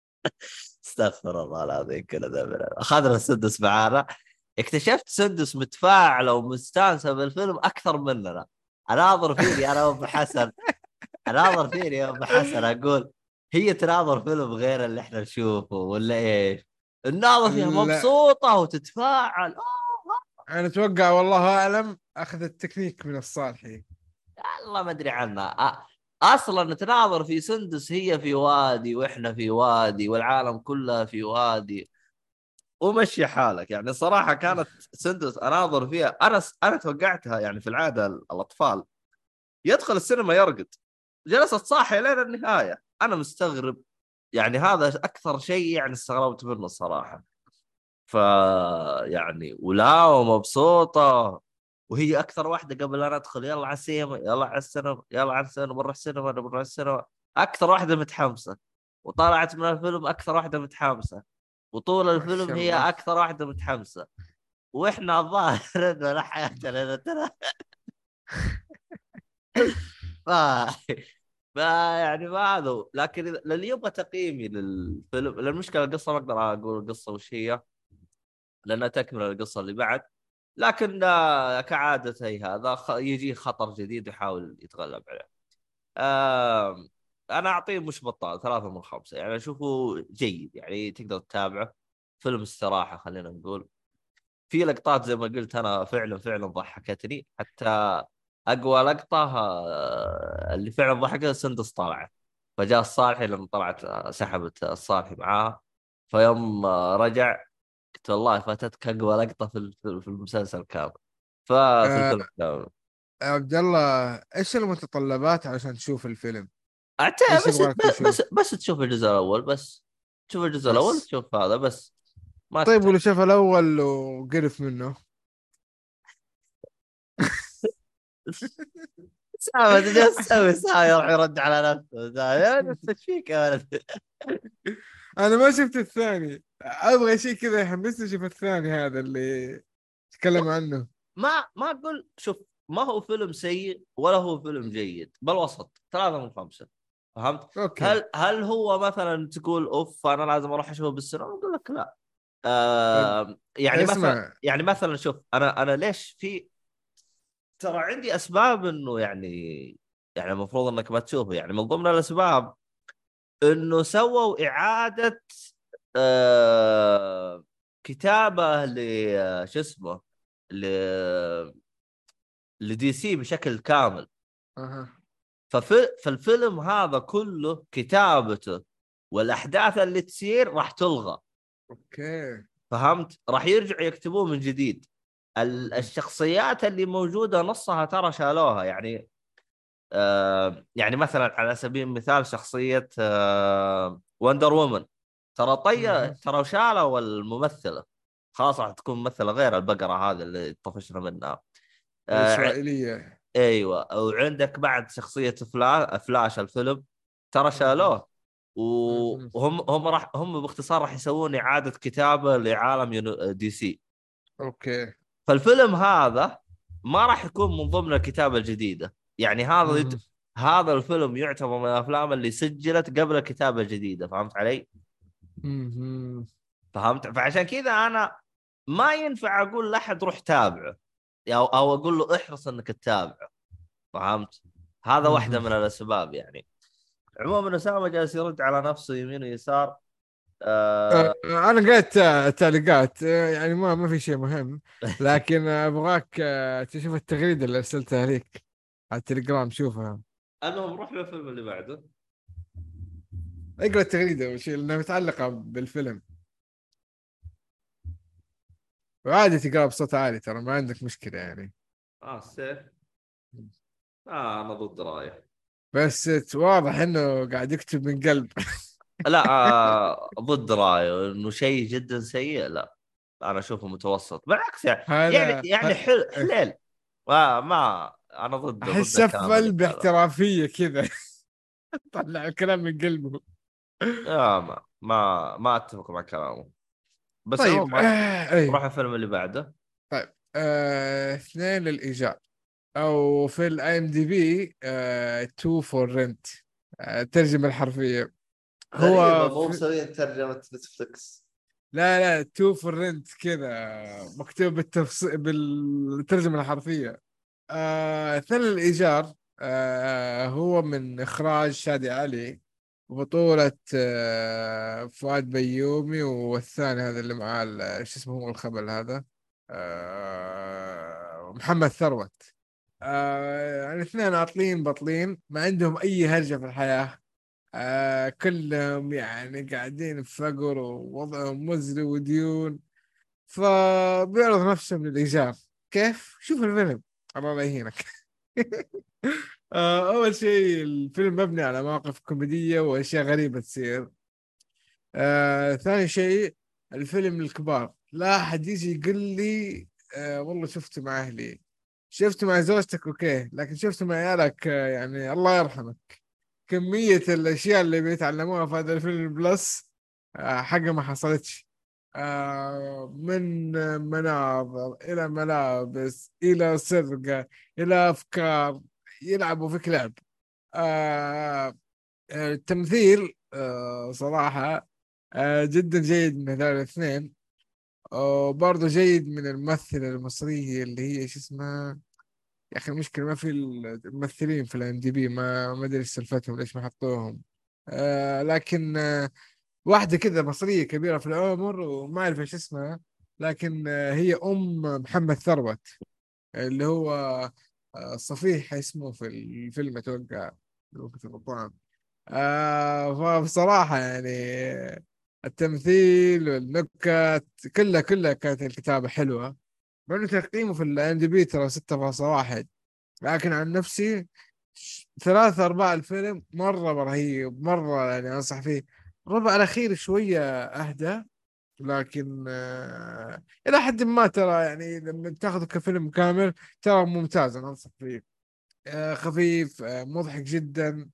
استغفر الله العظيم كل ذا. اخذنا سندس معانا، اكتشفت سندس متفاعله ومستانسه بالفيلم اكثر مننا. اناظر فيني انا وابو حسن، اناظر فيني يا ابو حسن اقول هي تناظر فيلم غير اللي احنا نشوفه ولا ايش؟ الناظر فيها لا مبسوطه وتتفاعل. انا اتوقع والله اعلم اخذ التكنيك من الصالحي. الله ما ادري عنها. أ- اصلا تناظر في سندس هي في وادي واحنا في وادي والعالم كلها في وادي ومشي حالك. يعني صراحه كانت سندس اناظر فيها. انا انا توقعتها يعني في العاده الاطفال يدخل السينما يرقد، جلست صاحيه لين النهايه. انا مستغرب، يعني هذا اكثر شيء يعني استغربت منه الصراحه. ف يعني ولا ومبسوطه، وهي اكثر واحده قبل لا ندخل يلا على السينما يلا على السينما يلا على السينما بنروح السينما بنروح السينما. اكثر واحده متحمسه، وطلعت من الفيلم اكثر واحده متحمسه، وطول ما الفيلم شاء هي الله. اكثر واحده متحمسه. واحنا الظاهر انه لا حياه لنا ترى. ف... ف يعني ما هذا. لكن إذا- للي يبغى تقييمي للفيلم، للمشكله القصه ما اقدر اقول القصه وش هي لانها تكمل القصه اللي بعد. لكن آه، كعادة هي هذا خ- يجي خطر جديد يحاول يتغلب عليه. آه أنا أعطيه مش بطال ثلاثة من خمسة، يعني أشوفه جيد يعني تقدر تتابعه. فيلم استراحة خلينا نقول. في لقطات زي ما قلت أنا فعلا فعلا ضحكتني. حتى أقوى لقطة آه، اللي فعلا ضحكت سندس طلعت، فجاء الصالحي لما طلعت آه، سحبت الصالحي معاها. فيوم آه، رجع قلت والله فاتتك أقوى لقطة في الف- في المسلسل كامل، ففي آه الفيلم كامل. عبد الله ايش المتطلبات عشان تشوف الفيلم؟ أعتقد ايش بس يبغاك بس تشوف؟ بس تشوف الجزء الأول بس. تشوف الجزء الأول بس تشوف هذا بس. ما طيب، تحتاج. ولو شاف الاول وقرف منه؟ سامد جالس تسوي ساي يروح يرد على نفسه يا نفس ايش فيك يا ولد. انا ما شفت الثاني، ابغى شيء كذا يحمسني اشوف الثاني هذا اللي تكلم عنه. ما ما اقول شوف، ما هو فيلم سيء ولا هو فيلم جيد، بل وسط، ثلاثة من خمسة. فهمت؟ اوكي. هل هل هو مثلا تقول اوف انا لازم اروح اشوفه بالسينما؟ اقول لك لا. طيب آه يعني مثلا اسمع. يعني مثلا شوف، انا انا ليش في، ترى عندي اسباب انه يعني، يعني المفروض انك ما تشوفه. يعني من ضمن الاسباب انه سووا اعاده آه كتابه ل شو اسمه، ل لدي سي بشكل كامل. اها. ففي فالفيلم هذا كله كتابته والاحداث اللي تصير راح تلغى. اوكي. فهمت؟ راح يرجعوا يكتبوه من جديد. ال- مهم. الشخصيات اللي موجوده نصها ترى شالوها. يعني آه يعني مثلا على سبيل المثال شخصيه آه وندر وومن، ترى طي مهم. ترى شالوا الممثله، خلاص راح تكون ممثله غير البقره هذه اللي طفشنا منها. آه الإسرائيلية. ايوه. وعندك بعد شخصيه فلا... فلاش الفيلم ترى مهم. شالوه. و- مهم. وهم هم راح هم باختصار راح يسوون اعاده كتابه لعالم يونو... دي سي. اوكي. فالفيلم هذا ما راح يكون من ضمن الكتابه الجديده. يعني هذا مهم. يت... هذا الفيلم يعتبر من الافلام اللي سجلت قبل الكتابه الجديده. فهمت علي؟ مهم. فهمت؟ فعشان كذا انا ما ينفع اقول لاحد روح تابعه، او او اقول له احرص انك تتابعه. فهمت؟ هذا واحده مهم. من الاسباب يعني. عموما اسامه جالس يرد على نفسه يمين ويسار. آه، آه... انا قريت آه، تعليقات، آه، يعني ما ما في شيء مهم، لكن آه، ابغاك آه، تشوف التغريدة اللي ارسلتها لك على التليجرام، شوفها. المهم نروح للفيلم اللي بعده. اقرا التغريدة اول شيء لانها متعلقة بالفيلم، وعادي تقرا بصوت عالي ترى ما عندك مشكلة يعني. اه السيف. اه انا ضد رايه. بس واضح انه قاعد يكتب من قلب. لا آه ضد رايه انه شيء جدا سيء. لا انا اشوفه متوسط بالعكس. يعني يعني هذا يعني ه- حل حليل. ما ما انا ضد ضد احس الكلام اللي سفل قاله. باحترافية كذا. طلع الكلام من قلبه. آه ما ما ما اتفق مع كلامه. بس طيب عموما آه نروح اي. الفيلم اللي بعده. طيب آه اثنين للإيجار، او في الاي ام دي بي تو فور رنت، الترجمة الحرفية. غريبة هو مو في... مسويين ترجمة نتفلكس. لا لا تو فور رنت كذا مكتوب بالتفصيل بالترجمة الحرفية. آه اثنين للإيجار، آه هو من إخراج شادي علي، وبطولة آه فؤاد بيومي، والثاني هذا اللي معاه ال- شو اسمه هو الخبل هذا، آه محمد ثروت. آه يعني اثنين عاطلين بطلين ما عندهم أي هرجة في الحياة، آه كلهم يعني قاعدين في فقر ووضعهم مزري وديون، فبيعرض نفسهم للإيجار. كيف؟ شوف الفيلم الله لا يهينك. آه أول شيء الفيلم مبني على مواقف كوميدية وأشياء غريبة تصير. آه ثاني شيء الفيلم للكبار، لا أحد يجي يقول لي آه والله شفته مع أهلي، شفته مع زوجتك أوكي، لكن شفته مع عيالك آه يعني الله يرحمك. كمية الأشياء اللي بيتعلموها في هذا الفيلم بلس آه حاجة ما حصلتش. آه من مناظر إلى ملابس إلى سرقة إلى أفكار، يلعبوا فيك لعب. آه آه، التمثيل آه صراحة آه جدا جيد من هذول الاثنين، وبرضه جيد من الممثلة المصرية اللي هي شو اسمها. يا أخي المشكلة ما في الممثلين في الام دي بي، ما ما أدري إيش سالفتهم ليش ما حطوهم. آه لكن آه واحدة كذا مصرية كبيرة في العمر وما أعرف إيش اسمها، لكن آه هي أم محمد ثروت اللي هو آه صفيح اسمه في الفيلم أتوقع لو كنت غلطان. آه فبصراحة يعني التمثيل والنكت كلها كلها كانت الكتابة حلوة، مع إنه تقييمه في الام دي بي ترى ستة فاصلة واحد، لكن عن نفسي ثلاثة أرباع الفيلم مرة رهيب، مرة يعني أنصح فيه. الربع الأخير شوية أهدى، لكن آه إلى حد ما ترى يعني لما تاخذه كفيلم كامل ترى ممتاز، أنا أنصح فيه. آه، خفيف، آه، مضحك جدا.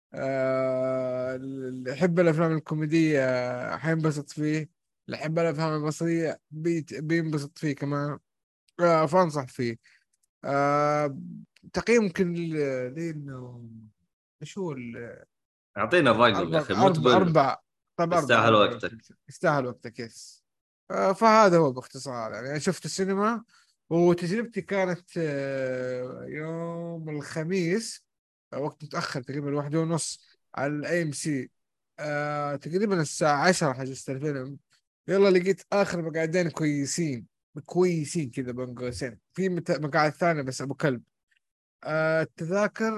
آه، اللي يحب الأفلام الكوميدية آه، حينبسط فيه. اللي يحب الأفلام المصرية بيت- بينبسط فيه كمان. آه، فأنصح فيه. آه، تقييم يمكن ل- ليه إنه إيش هو ال- اعطينا الرقم يا أربع اخي، مو أربع تقول أربع طب أربعة يستاهل أربعة وقتك. يستاهل وقتك، يس. آه، فهذا هو باختصار. يعني أنا شفت السينما، وتجربتي كانت آه، يوم الخميس، آه، وقت متأخر تقريبا واحدة ونص على الاي ام سي. تقريبا الساعة عشرة حجزت الفيلم. يلا لقيت آخر مقعدين كويسين، كويسين كذا بين قوسين. في مت- مقعد ثاني بس أبو كلب. آه، التذاكر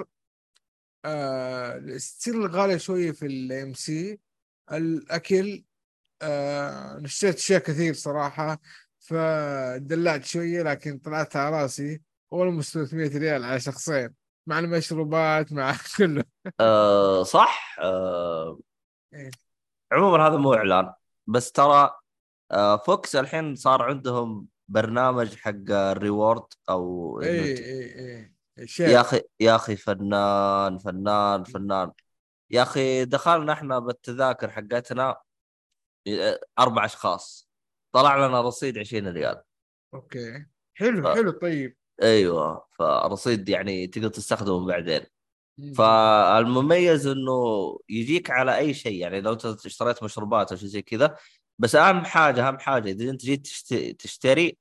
آه، ستيل غالية شوية في الاي ام سي. الأكل آه اشتريت اشياء كثير صراحة، فدلعت شوية لكن طلعت على راسي. اولموست ثلاثمية ريال على شخصين، مع المشروبات مع كله. أه صح. أه ايه عموما هذا مو اعلان، بس ترى أه فوكس الحين صار عندهم برنامج حق الريورد، او انه ايه ت... ايه ايه, إيه. يا شير. اخي يا اخي فنان فنان فنان. يا اخي دخلنا احنا بالتذاكر حقتنا آه، اربع اشخاص، طلع لنا رصيد عشرين ريال. اوكي، حلو ف... حلو طيب. ايوه، فرصيد يعني تقدر تستخدمه بعدين. م-م. فالمميز انه يجيك على اي شيء، يعني لو أنت اشتريت مشروبات او شيء زي كذا. بس اهم حاجه اهم حاجه اذا انت جيت تشت- تشتري،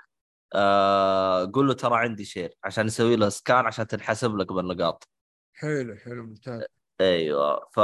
آه قول له ترى عندي شير عشان يسوي له سكان عشان تنحسب لك بالنقاط. حلو حلو ممتاز. ايوه ف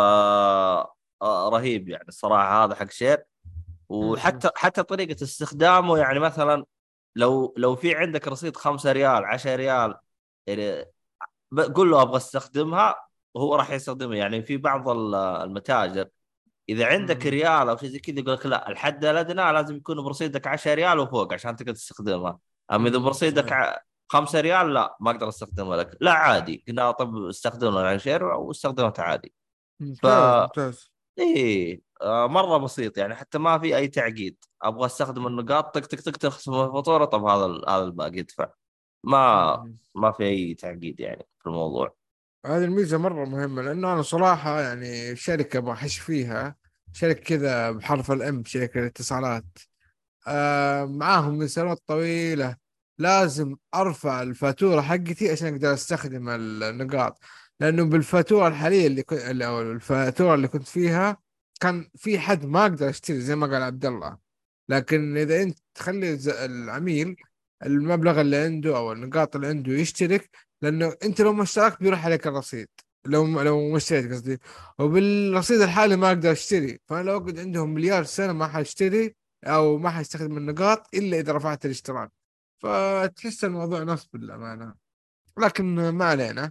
آه رهيب يعني الصراحه هذا حق شير. م-م. وحتى حتى طريقه استخدامه، يعني مثلا لو لو في عندك رصيد خمسة ريال عشرة ريال، يعني ب- قول له ابغى استخدمها وهو راح يستخدمها. يعني في بعض ال- المتاجر اذا عندك م-م. ريال او شيء زي كذا يقول لك لا، الحد الادنى لازم يكون برصيدك عشرة ريال وفوق عشان تقدر تستخدمها. اما اذا م-م. برصيدك صحيح. ع- خمسة ريال لا، ما اقدر استخدمها لك. لا عادي، قلنا طب استخدمها على شير واستخدمتها عادي. ف ممتاز ممتاز. ايه آه، مره بسيط يعني، حتى ما في اي تعقيد. ابغى استخدم م-م. النقاط، طق طق طق تخصم الفاتوره، طب هذا ال- هذا الباقي يدفع. ما م-م. ما في اي تعقيد يعني في الموضوع. هذه الميزة مرة مهمة، لأنه أنا صراحة يعني شركة بحش فيها، شركة كذا بحرف الأم، شركة الاتصالات. آه معاهم من سنوات طويلة. لازم أرفع الفاتورة حقتي عشان أقدر أستخدم النقاط. لأنه بالفاتورة الحالية اللي كنت، أو الفاتورة اللي كنت فيها، كان في حد ما أقدر أشتري زي ما قال عبد الله. لكن إذا أنت تخلي ز- العميل المبلغ اللي عنده أو النقاط اللي عنده يشترك، لأنه أنت لو ما اشتركت بيروح عليك الرصيد. لو لو ما اشتريت قصدي. وبالرصيد الحالي ما أقدر أشتري، فأنا لو أقعد عندهم مليار سنة ما حاشتري او ما حيستخدم النقاط الا اذا رفعت الاشتراك. فتحس الموضوع نصب بالامانه، لكن ما علينا.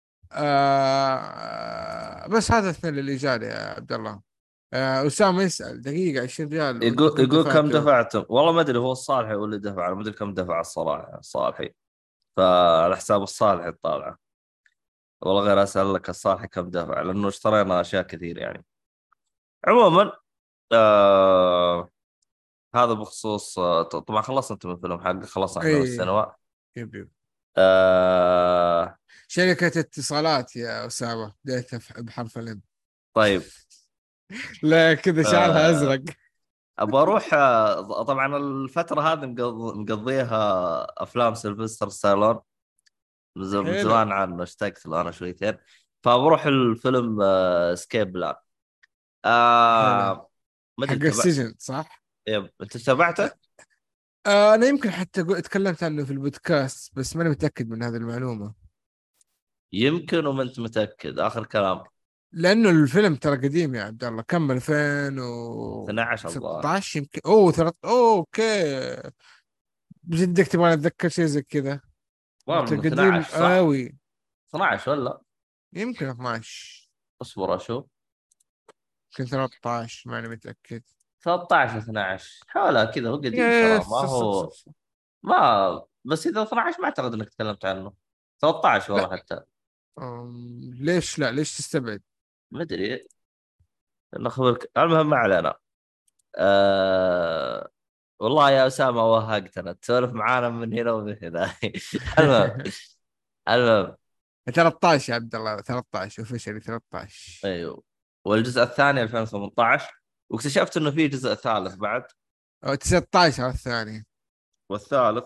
آه بس هذا اثنين اللي جاري يا عبد الله. آه اسامه يسال دقيقه عشرين ريال وانتم يقول كم يقول كم دفعتوا؟ دفعتم؟ والله ما ادري، هو الصالحي هو اللي دفع، أنا ما ادري كم دفع الصراحه الصالحي. فعلى حساب الصالحي الطالعه. والله غير اسال لك الصالحي كم دفع، لانه اشترينا اشياء كثير يعني. عموما آه هذا بخصوص آه طبعا خلصنا انت من الفيلم حق، خلصنا احنا من اي. السينما. يب يب. آه شركه اتصالات يا اسامه بديتها بحرف الام. طيب. لا كذا شعرها آه ازرق. ابغى اروح. آه طبعا الفتره هذه مقض- مقضيها افلام سيلفستر ستالون. من ز- من حلو زمان عنه اشتقت له انا شويتين. فبروح الفيلم آه سكيب بلان. حلو. آه ما ادري حق تبع. السجن صح؟ يب انت تابعته؟ آه انا يمكن حتى قو- تكلمت عنه في البودكاست، بس ماني متاكد من هذه المعلومه. يمكن وما انت متاكد اخر كلام. لانه الفيلم ترى قديم يا عبد الله، كم اثنا عشر الظاهر. ألفين وستاشر يمكن، اوه ثلاثة أوه اوكي. بجدك تبغى اتذكر شيء زي كذا؟ والله انت من قديم اثنا عشر صح؟ قوي. اثنا عشر ولا؟ يمكن اثناشر، اصبر اشوف. يمكن ثلاثة عشر، ماني متاكد. ثلاثة عشر اثنا عشر حولها كذا، هو قديم ترى، ما يس صح صح هو. صح. ما بس اذا اثنا عشر ما اعتقد انك تكلمت عنه. ثلاثة عشر لا. والله حتى. أم... ليش لا ليش تستبعد؟ ما ادري، نخبرك. المهم ما علينا. أه... والله يا اسامه وهقتنا تسولف معانا من هنا ومن هنا. المهم المهم ثلاثة عشر يا عبد الله، ثلاثة عشر اوفيشلي ثلاثة عشر. ايوه. والجزء الثاني ألفين وثمانية عشر، واكتشفت انه في جزء ثالث بعد. أو تسعة عشر على الثاني. والثالث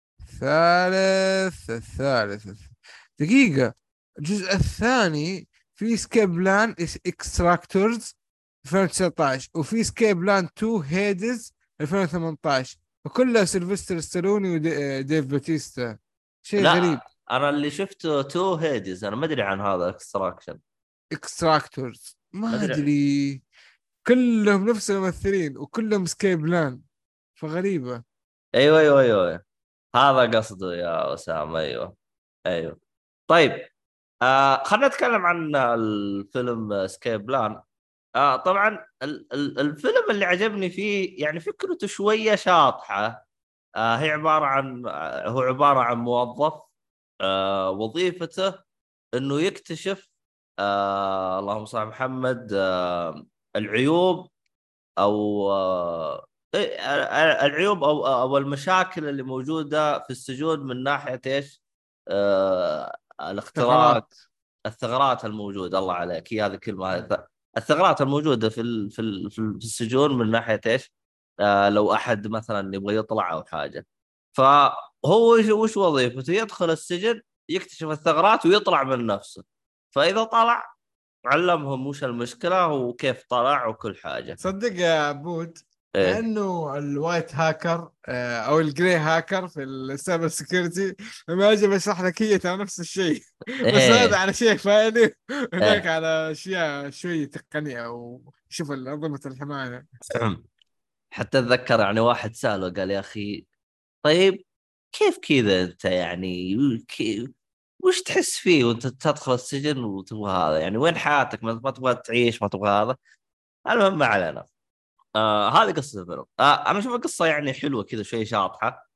الثالث الثالث دقيقة، الجزء الثاني في سكيب بلان اكستراكتورز ألفين وتسعة عشر، وفي سكيب بلان اثنين هيدز ألفين وثمانية عشر، وكلها سيلفستر ستالوني وديف باتيستا. شيء غريب. لا، انا اللي شفته تو هيدز، انا ما ادري عن هذا اكستراكشن. اكستراكتورز ما ما ادري. ادري، كلهم نفس الممثلين وكلهم سكيب بلان، فغريبة. ايوه ايوه ايوه, أيوة. هذا قصده يا اسامه. ايوه ايوه. طيب، آه خلينا نتكلم عن الفيلم سكيب بلان. آه طبعا ال- ال- الفيلم اللي عجبني فيه يعني فكرته شويه شاطحه. آه هي عباره عن آه هو عباره عن موظف، آه وظيفته انه يكتشف، آه اللهم صل على محمد، آه العيوب او آه إيه، العيوب او او المشاكل اللي موجوده في السجون من ناحيه ايش؟ آه الاختراق، ثغرات. الثغرات الموجوده. الله عليك، هي هذه الكلمه هذه. الثغرات الموجوده في ال- في ال- في السجون من ناحيه ايش؟ آه لو احد مثلا يبغى يطلع او حاجه، فهو وش وش وظيفته؟ يدخل السجن، يكتشف الثغرات ويطلع من نفسه. فاذا طلع علمهم وش المشكله وكيف طلع وكل حاجه. صدق يا بود، ايه كأنه الوايت هاكر آه، او الجري هاكر في السايبر سيكيورتي، لما اجي بشرح لك هي ترى نفس الشيء بس هذا ايه على شيء فاني، هناك ايه. على اشياء شوي تقنية وشوف انظمة الحماية. حتى اتذكر يعني واحد ساله قال يا اخي طيب كيف كذا انت يعني كيف، وش تحس فيه وانت تدخل السجن وتبغى هذا؟ يعني وين حياتك؟ ما ما تبغى تعيش؟ ما تبغى هذا؟ المهم ما علينا. آه هذه قصة الفيلم. آه انا اشوف القصة يعني حلوة كذا شوي شاطحة.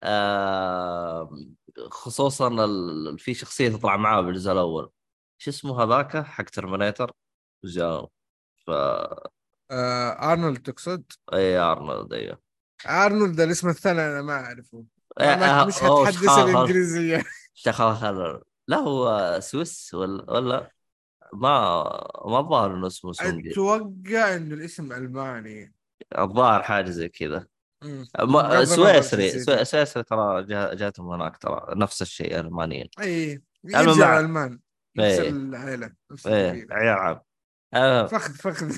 آه خصوصا ال... في شخصية تطلع معاه بالجزء الاول، شو اسمه هذاك حق ترمينيتر جاء. ف آه ارنولد تقصد؟ اي ارنولد ايوه. ارنولد الاسم الثاني انا ما اعرفه. إيه، ما ما آه، مش هو هتحدث شخاخر. الانجليزية. شخاخر. لا هو سويس ولا ولا ما ما الظاهر انه اسمه سونجي. اتوقع انه الاسم الماني. الظاهر حاجه زي كذا. مم. ما- بغض النظر سويسري جنسيته. سوي- سويسري ترى جا- جاتهم هناك ترى نفس الشيء المانيين. اي المهم يرجعوا مع المان، نفس ايه العائلة نفس ايه القبيلة. عيال عام. آه. فخذ فخذ.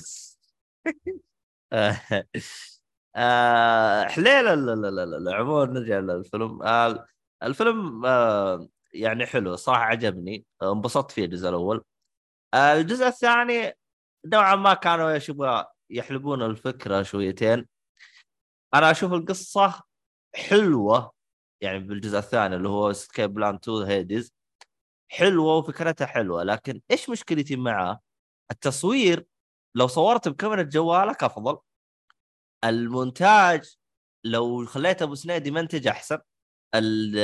آه. حليل ال- ال- ال- ال- العموم. نرجع للفيلم. آه. الفيلم آه يعني حلو صراحة، عجبني، انبسطت فيه الجزء الأول. آه الجزء الثاني نوعا ما كانوا يشبه يحلبون الفكرة شويتين. أنا أشوف القصة حلوة يعني بالجزء الثاني اللي هو سكيب بلان تو هيدز، حلوة وفكرتها حلوة، لكن إيش مشكلتي معاه؟ التصوير لو صورت بكاميرا جوالك أفضل. المونتاج لو خليت أبو سنيد يمنتج أحسن. ال-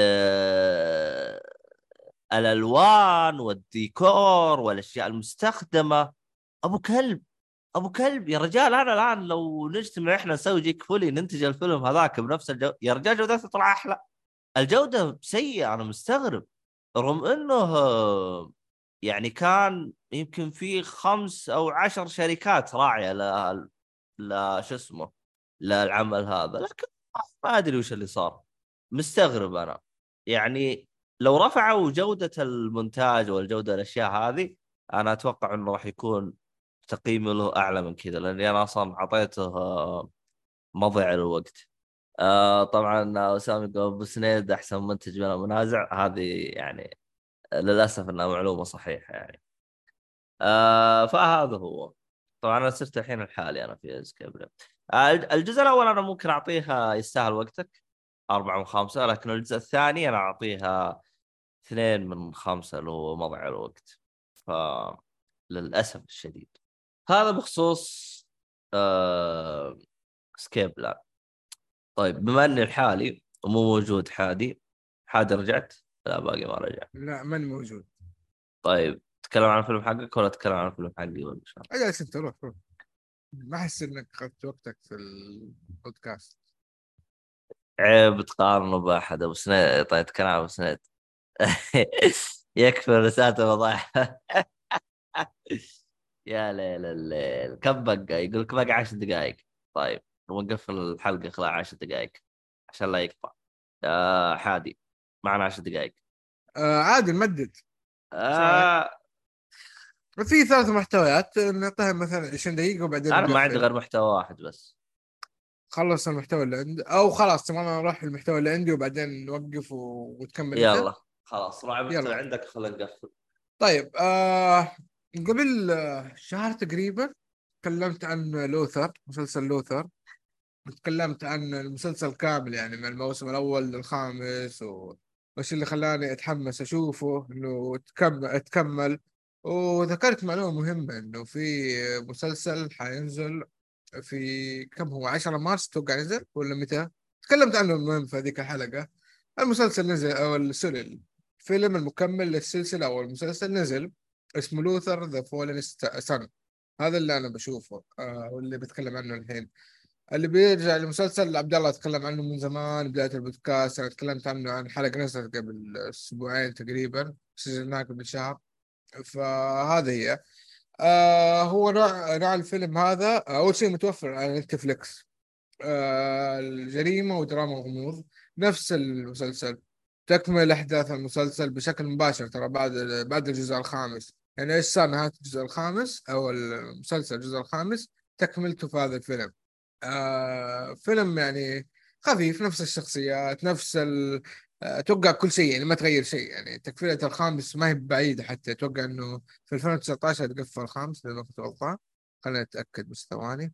الألوان والديكور والأشياء المستخدمة، أبو كلب ابو كلب يا رجال. انا الان لو نجتمع احنا نسوي جيك فولي ننتج الفيلم هذاك بنفس الجو يا رجال جودته تطلع احلى. الجوده سيئه، انا مستغرب. رغم انه آه، يعني كان يمكن في خمس او عشر شركات راعيه ل ل شو اسمه للعمل هذا، لكن ما ادري وش اللي صار. مستغرب انا يعني. لو رفعوا جوده المونتاج والجوده الاشياء هذه، انا اتوقع انه راح يكون تقييمي له اعلى من كذا، لاني انا اصلا اعطيته آه، مضيع الوقت. آه طبعا اسامي يقول ابو سنيد احسن منتج بلا منازع، هذه يعني للاسف انها معلومه صحيحه يعني. آه فهذا هو. طبعا انا صرت الحين الحالي انا في اسكيب. آه الجزء الاول انا ممكن اعطيها يستاهل وقتك أربعة من خمسة، لكن الجزء الثاني أنا أعطيها اثنين من خمسة اللي هو مضيع الوقت. فللأسف الشديد. هذا بخصوص آه... سكيب لا. طيب بما اني الحالي ومو موجود حادي، حادي رجعت؟ لا باقي ما رجع. لا من موجود. طيب تتكلم عن الفيلم حقك ولا تتكلم عن الفيلم حقي ولا شو؟ اجلس انت، روح روح، ما احس انك اخذت وقتك في البودكاست. عيب تقارنه باحد ابو سنيد. طيب تتكلم عن ابو سنيد. يكفي رسالة الوضائح. يا ليل الليل، كم بقى؟ يقول لك باقي عشر دقائق. طيب نوقف الحلقة خلال عشر دقائق عشان لا يقطع. يا حادي معنا عشر دقائق. آه عادي نمدد. ايش رايك؟ آه. في ثلاث محتويات نعطيها مثلا عشرين دقيقة وبعدين أنا ما عندي نقفل. غير محتوى واحد بس. خلص المحتوى اللي عندي او خلاص تمام، انا اروح المحتوى اللي عندي وبعدين نوقف و... وتكمل انت. يلا خلاص روح المحتوى يلا. عندك خلينا نقفل. طيب آه قبل آه، شهر تقريبا تكلمت عن لوثر، مسلسل لوثر. تكلمت عن المسلسل كامل يعني من الموسم الأول للخامس و... وش اللي خلاني أتحمس أشوفه إنه تكمل تكمل. وذكرت معلومة مهمة إنه في مسلسل حينزل في كم هو عشرة مارس توقع نزل ولا متى؟ تكلمت عنه المهم في هذيك الحلقة. المسلسل نزل أو السلل فيلم المكمل للسلسلة أو المسلسل نزل، اسمه لوثر ذا فولن سن. هذا اللي أنا بشوفه آه واللي بتكلم عنه الحين. اللي بيرجع لمسلسل عبد الله تكلم عنه من زمان بداية البودكاست، أنا تكلمت عنه عن حلقة نزلت قبل أسبوعين تقريبا، سجلناها قبل شهر. فهذه هي. آه هو نوع نوع الفيلم هذا أول شيء متوفر على نتفليكس. آه الجريمة ودراما وغموض نفس المسلسل. تكمل أحداث المسلسل بشكل مباشر ترى بعد بعد الجزء الخامس. يعني إيش صار نهاية الجزء الخامس أو المسلسل الجزء الخامس تكملته في هذا الفيلم. آه فيلم يعني خفيف، نفس الشخصيات نفس ال... آه، اتوقع كل شيء يعني ما تغير شيء. يعني تكفيلة الخامس ما هي بعيدة، حتى اتوقع انه في ألفين وتسعة عشر تقفل الخامس اذا ما كنت غلطان. خلينا نتاكد بس ثواني.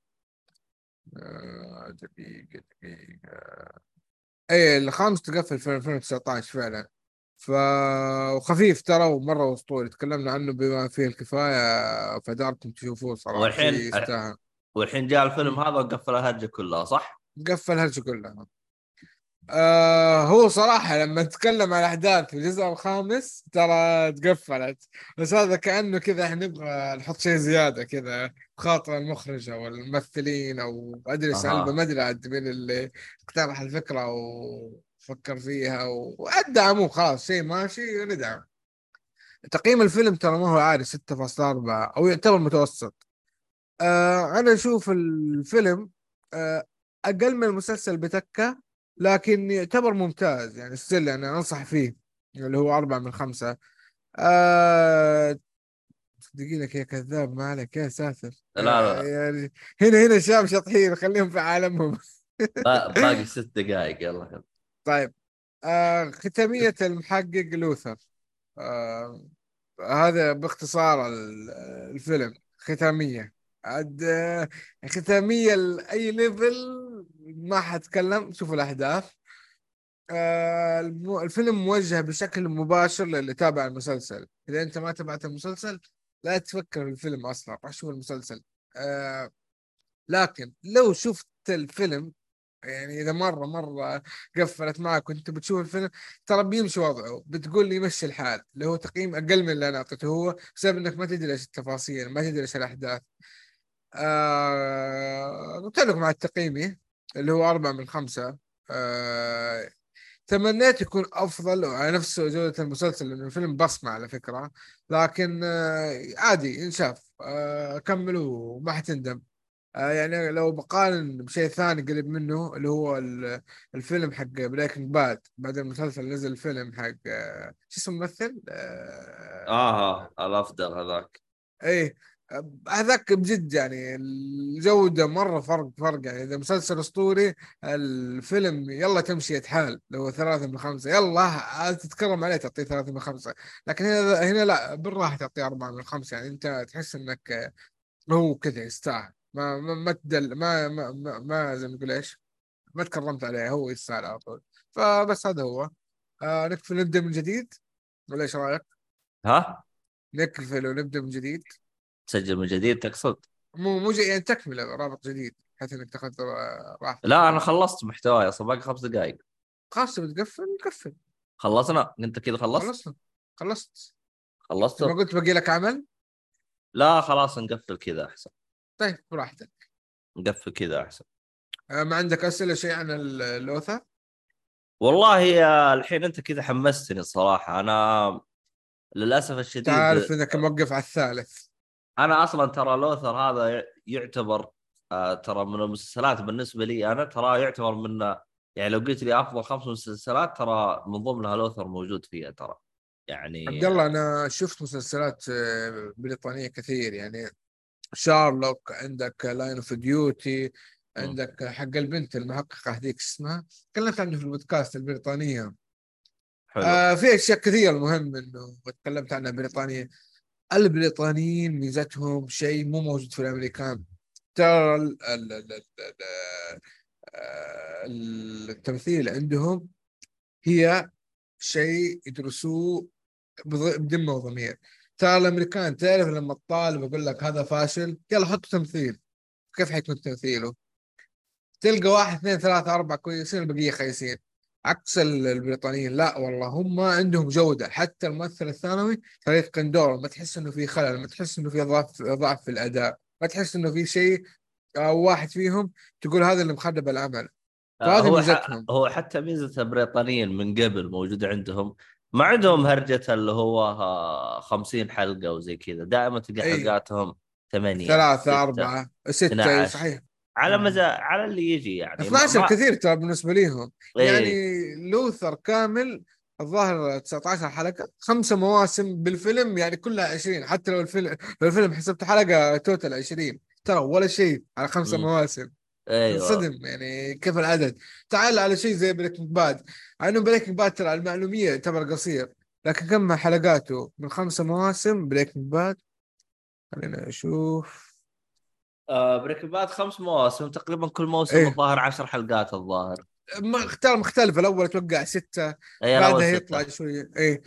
آه دقيقة دقيقة. اي الخامس تقفل في ألفين وتسعة عشر فعلا. ف وخفيف ترى ومرة اسطوري، تكلمنا عنه بما فيه الكفاية، فداركم تشوفوه صراحة شيء والحين يستاهل. والحين جاء الفيلم مم. هذا وقفل الهرجة كلها صح؟ قفل هالشي كلها. آه هو صراحة لما نتكلم عن الأحداث في الجزء الخامس ترى تقفلت، بس هذا كأنه كذا احنا نبغى نحط شيء زيادة كذا بخاطر المخرج أو الممثلين أو أدري سالفة، ما اها. أدري عاد مين اللي اقترح الفكرة وفكر فيها وأدعموه، خلاص شيء ماشي ندعم. تقييم الفيلم ترى ما هو عالي، ستة فاصلة أربعة أو يعتبر متوسط. آه أنا أشوف الفيلم آه أقل من المسلسل بتكة، لكن يعتبر ممتاز يعني ستيل يعني أنصح فيه، اللي هو أربعة من خمسة. آه دقيقة يا كذاب ما عليك يا ساتر. لا آه لا يعني هنا هنا الشباب شاطحين خليهم في عالمهم. با- باقي ست دقائق يلا. طيب. آه ختامية المحقق لوثر. آه هذا باختصار ال- الفيلم ختامية. عاد آه، ختامية لأي ليفل ما حتكلم، شوفوا الأحداث. آه، الم- الفيلم موجه بشكل مباشر للي تابع المسلسل. إذا أنت ما تابعت المسلسل لا تفكر في الفيلم أصلا، روح شوف المسلسل. آه، لكن لو شفت الفيلم يعني إذا مرة مرة قفلت معك وأنت بتشوف الفيلم ترى بيمشي وضعه، بتقول لي يمشي الحال، اللي هو تقييم أقل من اللي أنا أعطيته هو بسبب إنك ما تدري إيش التفاصيل ما تدري إيش الأحداث. آه قلت لكم على تقييمي اللي هو أربعة من خمسة. آه تمنيت يكون أفضل على نفس جودة المسلسل لأن الفيلم بصمة على فكرة، لكن آه عادي ينشاف. آه كملوا وما حتندم. آه يعني لو بقارن بشيء ثاني قريب منه اللي هو ال- الفيلم حق بريكنج باد، بعد المسلسل نزل الفيلم حق آه شو اسمه الممثل آه اه الافضل هذاك. ايه. هذاك بجد يعني الجودة مرة فرق فرق يعني إذا مسلسل أسطوري الفيلم يلا تمشي يتحال لو ثلاثة من خمسة يلا تتكرم عليه تعطيه ثلاثة من خمسة. لكن هنا هنا لا بالراحة تعطيه أربعة من خمسة، يعني أنت تحس إنك هو كذا يستاهل. ما ما ما تدل ما ما ما, ما زي ما تقول إيش، ما تكرمت عليه، هو يستاهل على طول. فبس هذا هو. آه نقفل نبدأ من جديد ولا إيش رأيك؟ ها. نقفل ونبدأ من جديد. تسجل من جديد تقصد؟ مو مو جي- يعني تكمله رابط جديد بحيث انك تاخذ را- راحتك. لا انا خلصت محتواي اصلا باقي خمس دقائق. خلاص بتقفل نقفل. خلصنا انت كذا خلصت؟ خلصنا. خلصت. خلصت. لما قلت باقي لك عمل. لا خلاص نقفل كذا احسن. طيب براحتك. نقفل كذا احسن. آه، ما عندك اسئله شيء عن ال- الاوثر؟ والله يا الحين انت كذا حمستني الصراحه. انا للاسف الشديد تعرف انك موقف على الثالث. انا اصلا ترى لوثر هذا يعتبر آه ترى من المسلسلات بالنسبه لي، انا ترى يعتبر من، يعني لو قلت لي افضل خمس مسلسلات ترى من ضمنها لوثر موجود فيها ترى عبد يعني. الله انا شفت مسلسلات آه، بريطانيه كثير يعني. شارلوك، عندك لاين اوف ديوتي، م. عندك حق البنت المحققه هذيك اسمها، تكلمت عنه في البودكاست البريطانيه. حلو. آه في اشياء كثير المهم انه تكلمت عنها بريطانيه. البريطانيين ميزتهم شيء مو موجود في الامريكان. ترى ال- ال- ال- ال- آه، التمثيل عندهم هي شيء يدرسوه بض- بدمه وضمير. ترى الامريكان تعرف لما الطالب يقول لك هذا فاشل يلا حط تمثيل، كيف حيكون تمثيله؟ تلقى واحد اثنين ثلاثة أربعة كويسين البقية خايسين. عكس ال- البريطانيين، لا والله هم عندهم جودة. حتى الممثل الثانوي ترى يتقن دوره، ما تحس إنه في خلل، ما تحس إنه في ضعف ضعف في الأداء، ما تحس إنه في شيء أو واحد فيهم تقول هذا اللي مخرب العمل. آه فهذه هو ح... ميزتهم. هو حتى ميزه البريطانيين من قبل موجوده عندهم، ما عندهم هرجه اللي هو آه، خمسين حلقه وزي كذا، دائما تلقى أي، حلقاتهم ثمانية ثلاثة ستة أربعة ستة، أي اثنا عشر، صحيح. على مم. مزا على اللي يجي يعني ما, اثنا عشر ما... كثير ترى بالنسبة ليهم يعني. ايه. لوثر كامل الظاهر تسعة عشر حلقة، خمسة مواسم بالفيلم يعني كلها عشرين. حتى لو الفيلم لو الفيلم حسبت حلقة توتال عشرين ترى ولا شيء على خمسة مم. مواسم. ايوه. تنصدم يعني كيف العدد. تعال على شيء زي بريكنج باد، مع انه بريكنج باد ترى المعلومية يعتبر قصير، لكن كم حلقاته من خمسة مواسم بريكنج باد؟ خلينا نشوف. آه بريكنج باد خمس مواسم تقريبا، كل موسم ايه، الظاهر عشر حلقات الظاهر. ما- اختار مختلف، الاول اتوقع ستة، اي الاول بعدها يطلع ستة. شوية. ايه،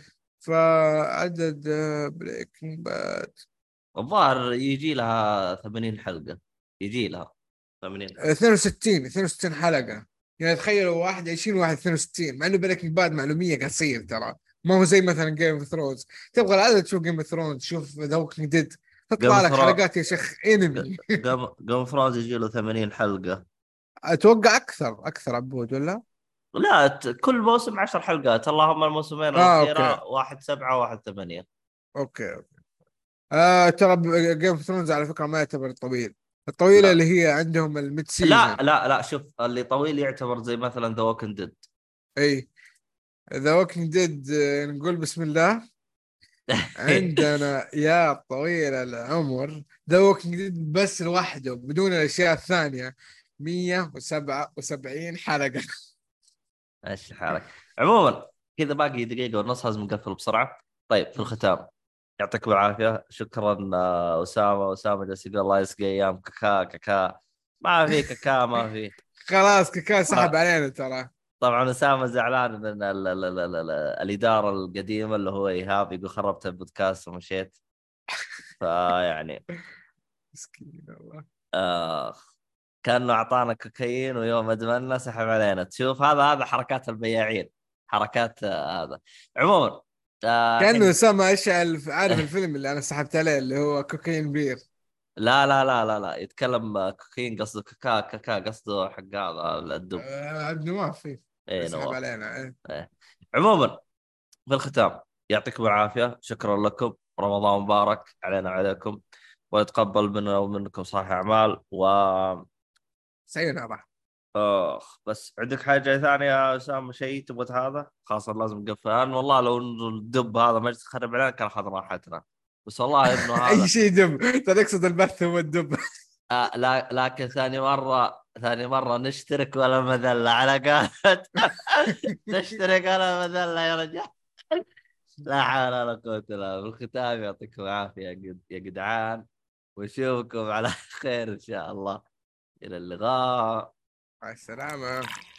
فعدد بريكنج باد الظاهر يجي لها ثمانين حلقة، يجي لها ثمانين حلقة. اثنين وستين اثنين وستين حلقة. يعني تخيلوا واحد عشرين وواحد اثنين وستين، مع انه بريكنج باد معلومية قصير ترى، ما هو زي مثلا جيم اوف ثرونز. تبغى العدد تشوف جيم اوف ثرونز، تشوف ذا ووكينج ديد، جيم تطلع اوف لك ثرونز حلقات يا شيخ انمي. جيم اوف ثرونز يجي له ثمانين حلقة. اتوقع اكثر اكثر عبود ولا؟ لا ت- كل موسم عشر حلقات، اللهم الموسمين اه اوكي الأخيرة واحد سبعة واحد ثمانية. اوكي. آه ترى جيم اوف ثرونز على فكرة ما يعتبر طويل. الطويلة لا اللي هي عندهم الميد لا سيزون. لا لا شوف اللي طويل يعتبر زي مثلا ذا ووكن ديد. اي، ذا ووكينج ديد نقول بسم الله. عندنا يا طويل العمر ذا ووكينج ديد بس لوحده بدون الاشياء الثانية مية وسبعة وسبعين حلقة. ماشي حالك. عموما كذا باقي دقيقة ونص، لازم نقفل بسرعة. طيب في الختام، يعطيكم العافية، شكرا آه، أسامة. أسامة جالس يقول الله يسقي أيام كاكا كاكا. ما في كاكا ما في. خلاص كان سحب طبعا علينا ترى. طبعاً أسامة زعلان من ال ال ال ال ال الإدارة القديمة اللي هو إيهاب، يقول خربت البودكاست ومشيت. فيعني مسكين والله. آه كأنه أعطانا كوكايين ويوم أدمنا سحب علينا. تشوف هذا هذا حركات البياعين، حركات آه هذا. عموما آه كأنه الحين سامع ايش عارف الفيلم اللي انا سحبت عليه اللي هو كوكايين بير. لا لا لا لا لا يتكلم آه، كوكايين قصده كاكا كاكا قصده حق هذا الدب. آه، عبد نواف فيه ايه سحب نواف. علينا ايه. إيه. عموما في الختام، يعطيكم العافية، شكرا لكم، رمضان مبارك علينا وعليكم، ويتقبل منا ومنكم صالح أعمال و سينارة. آخ. بس عندك حاجة ثانية يا أسامة، شيء تبغى هذا خاصة لازم نقفل؟ أنا والله لو إنه الدب هذا ما تخرب علينا كان أخذ راحتنا، بس والله إنه اي هذا شيء دب ترى، يقصد البث هو الدب. آه لا لكن ثاني مرة ثاني مرة نشترك ولا مذلة على قولة. نشترك ولا مذلة يا رجال. لا حول ولا قوة إلا بالله. بالختام يعطيكم العافية يا جد- يا جدعان، ونشوفكم على خير إن شاء الله. إلى اللقاء. مع السلامة.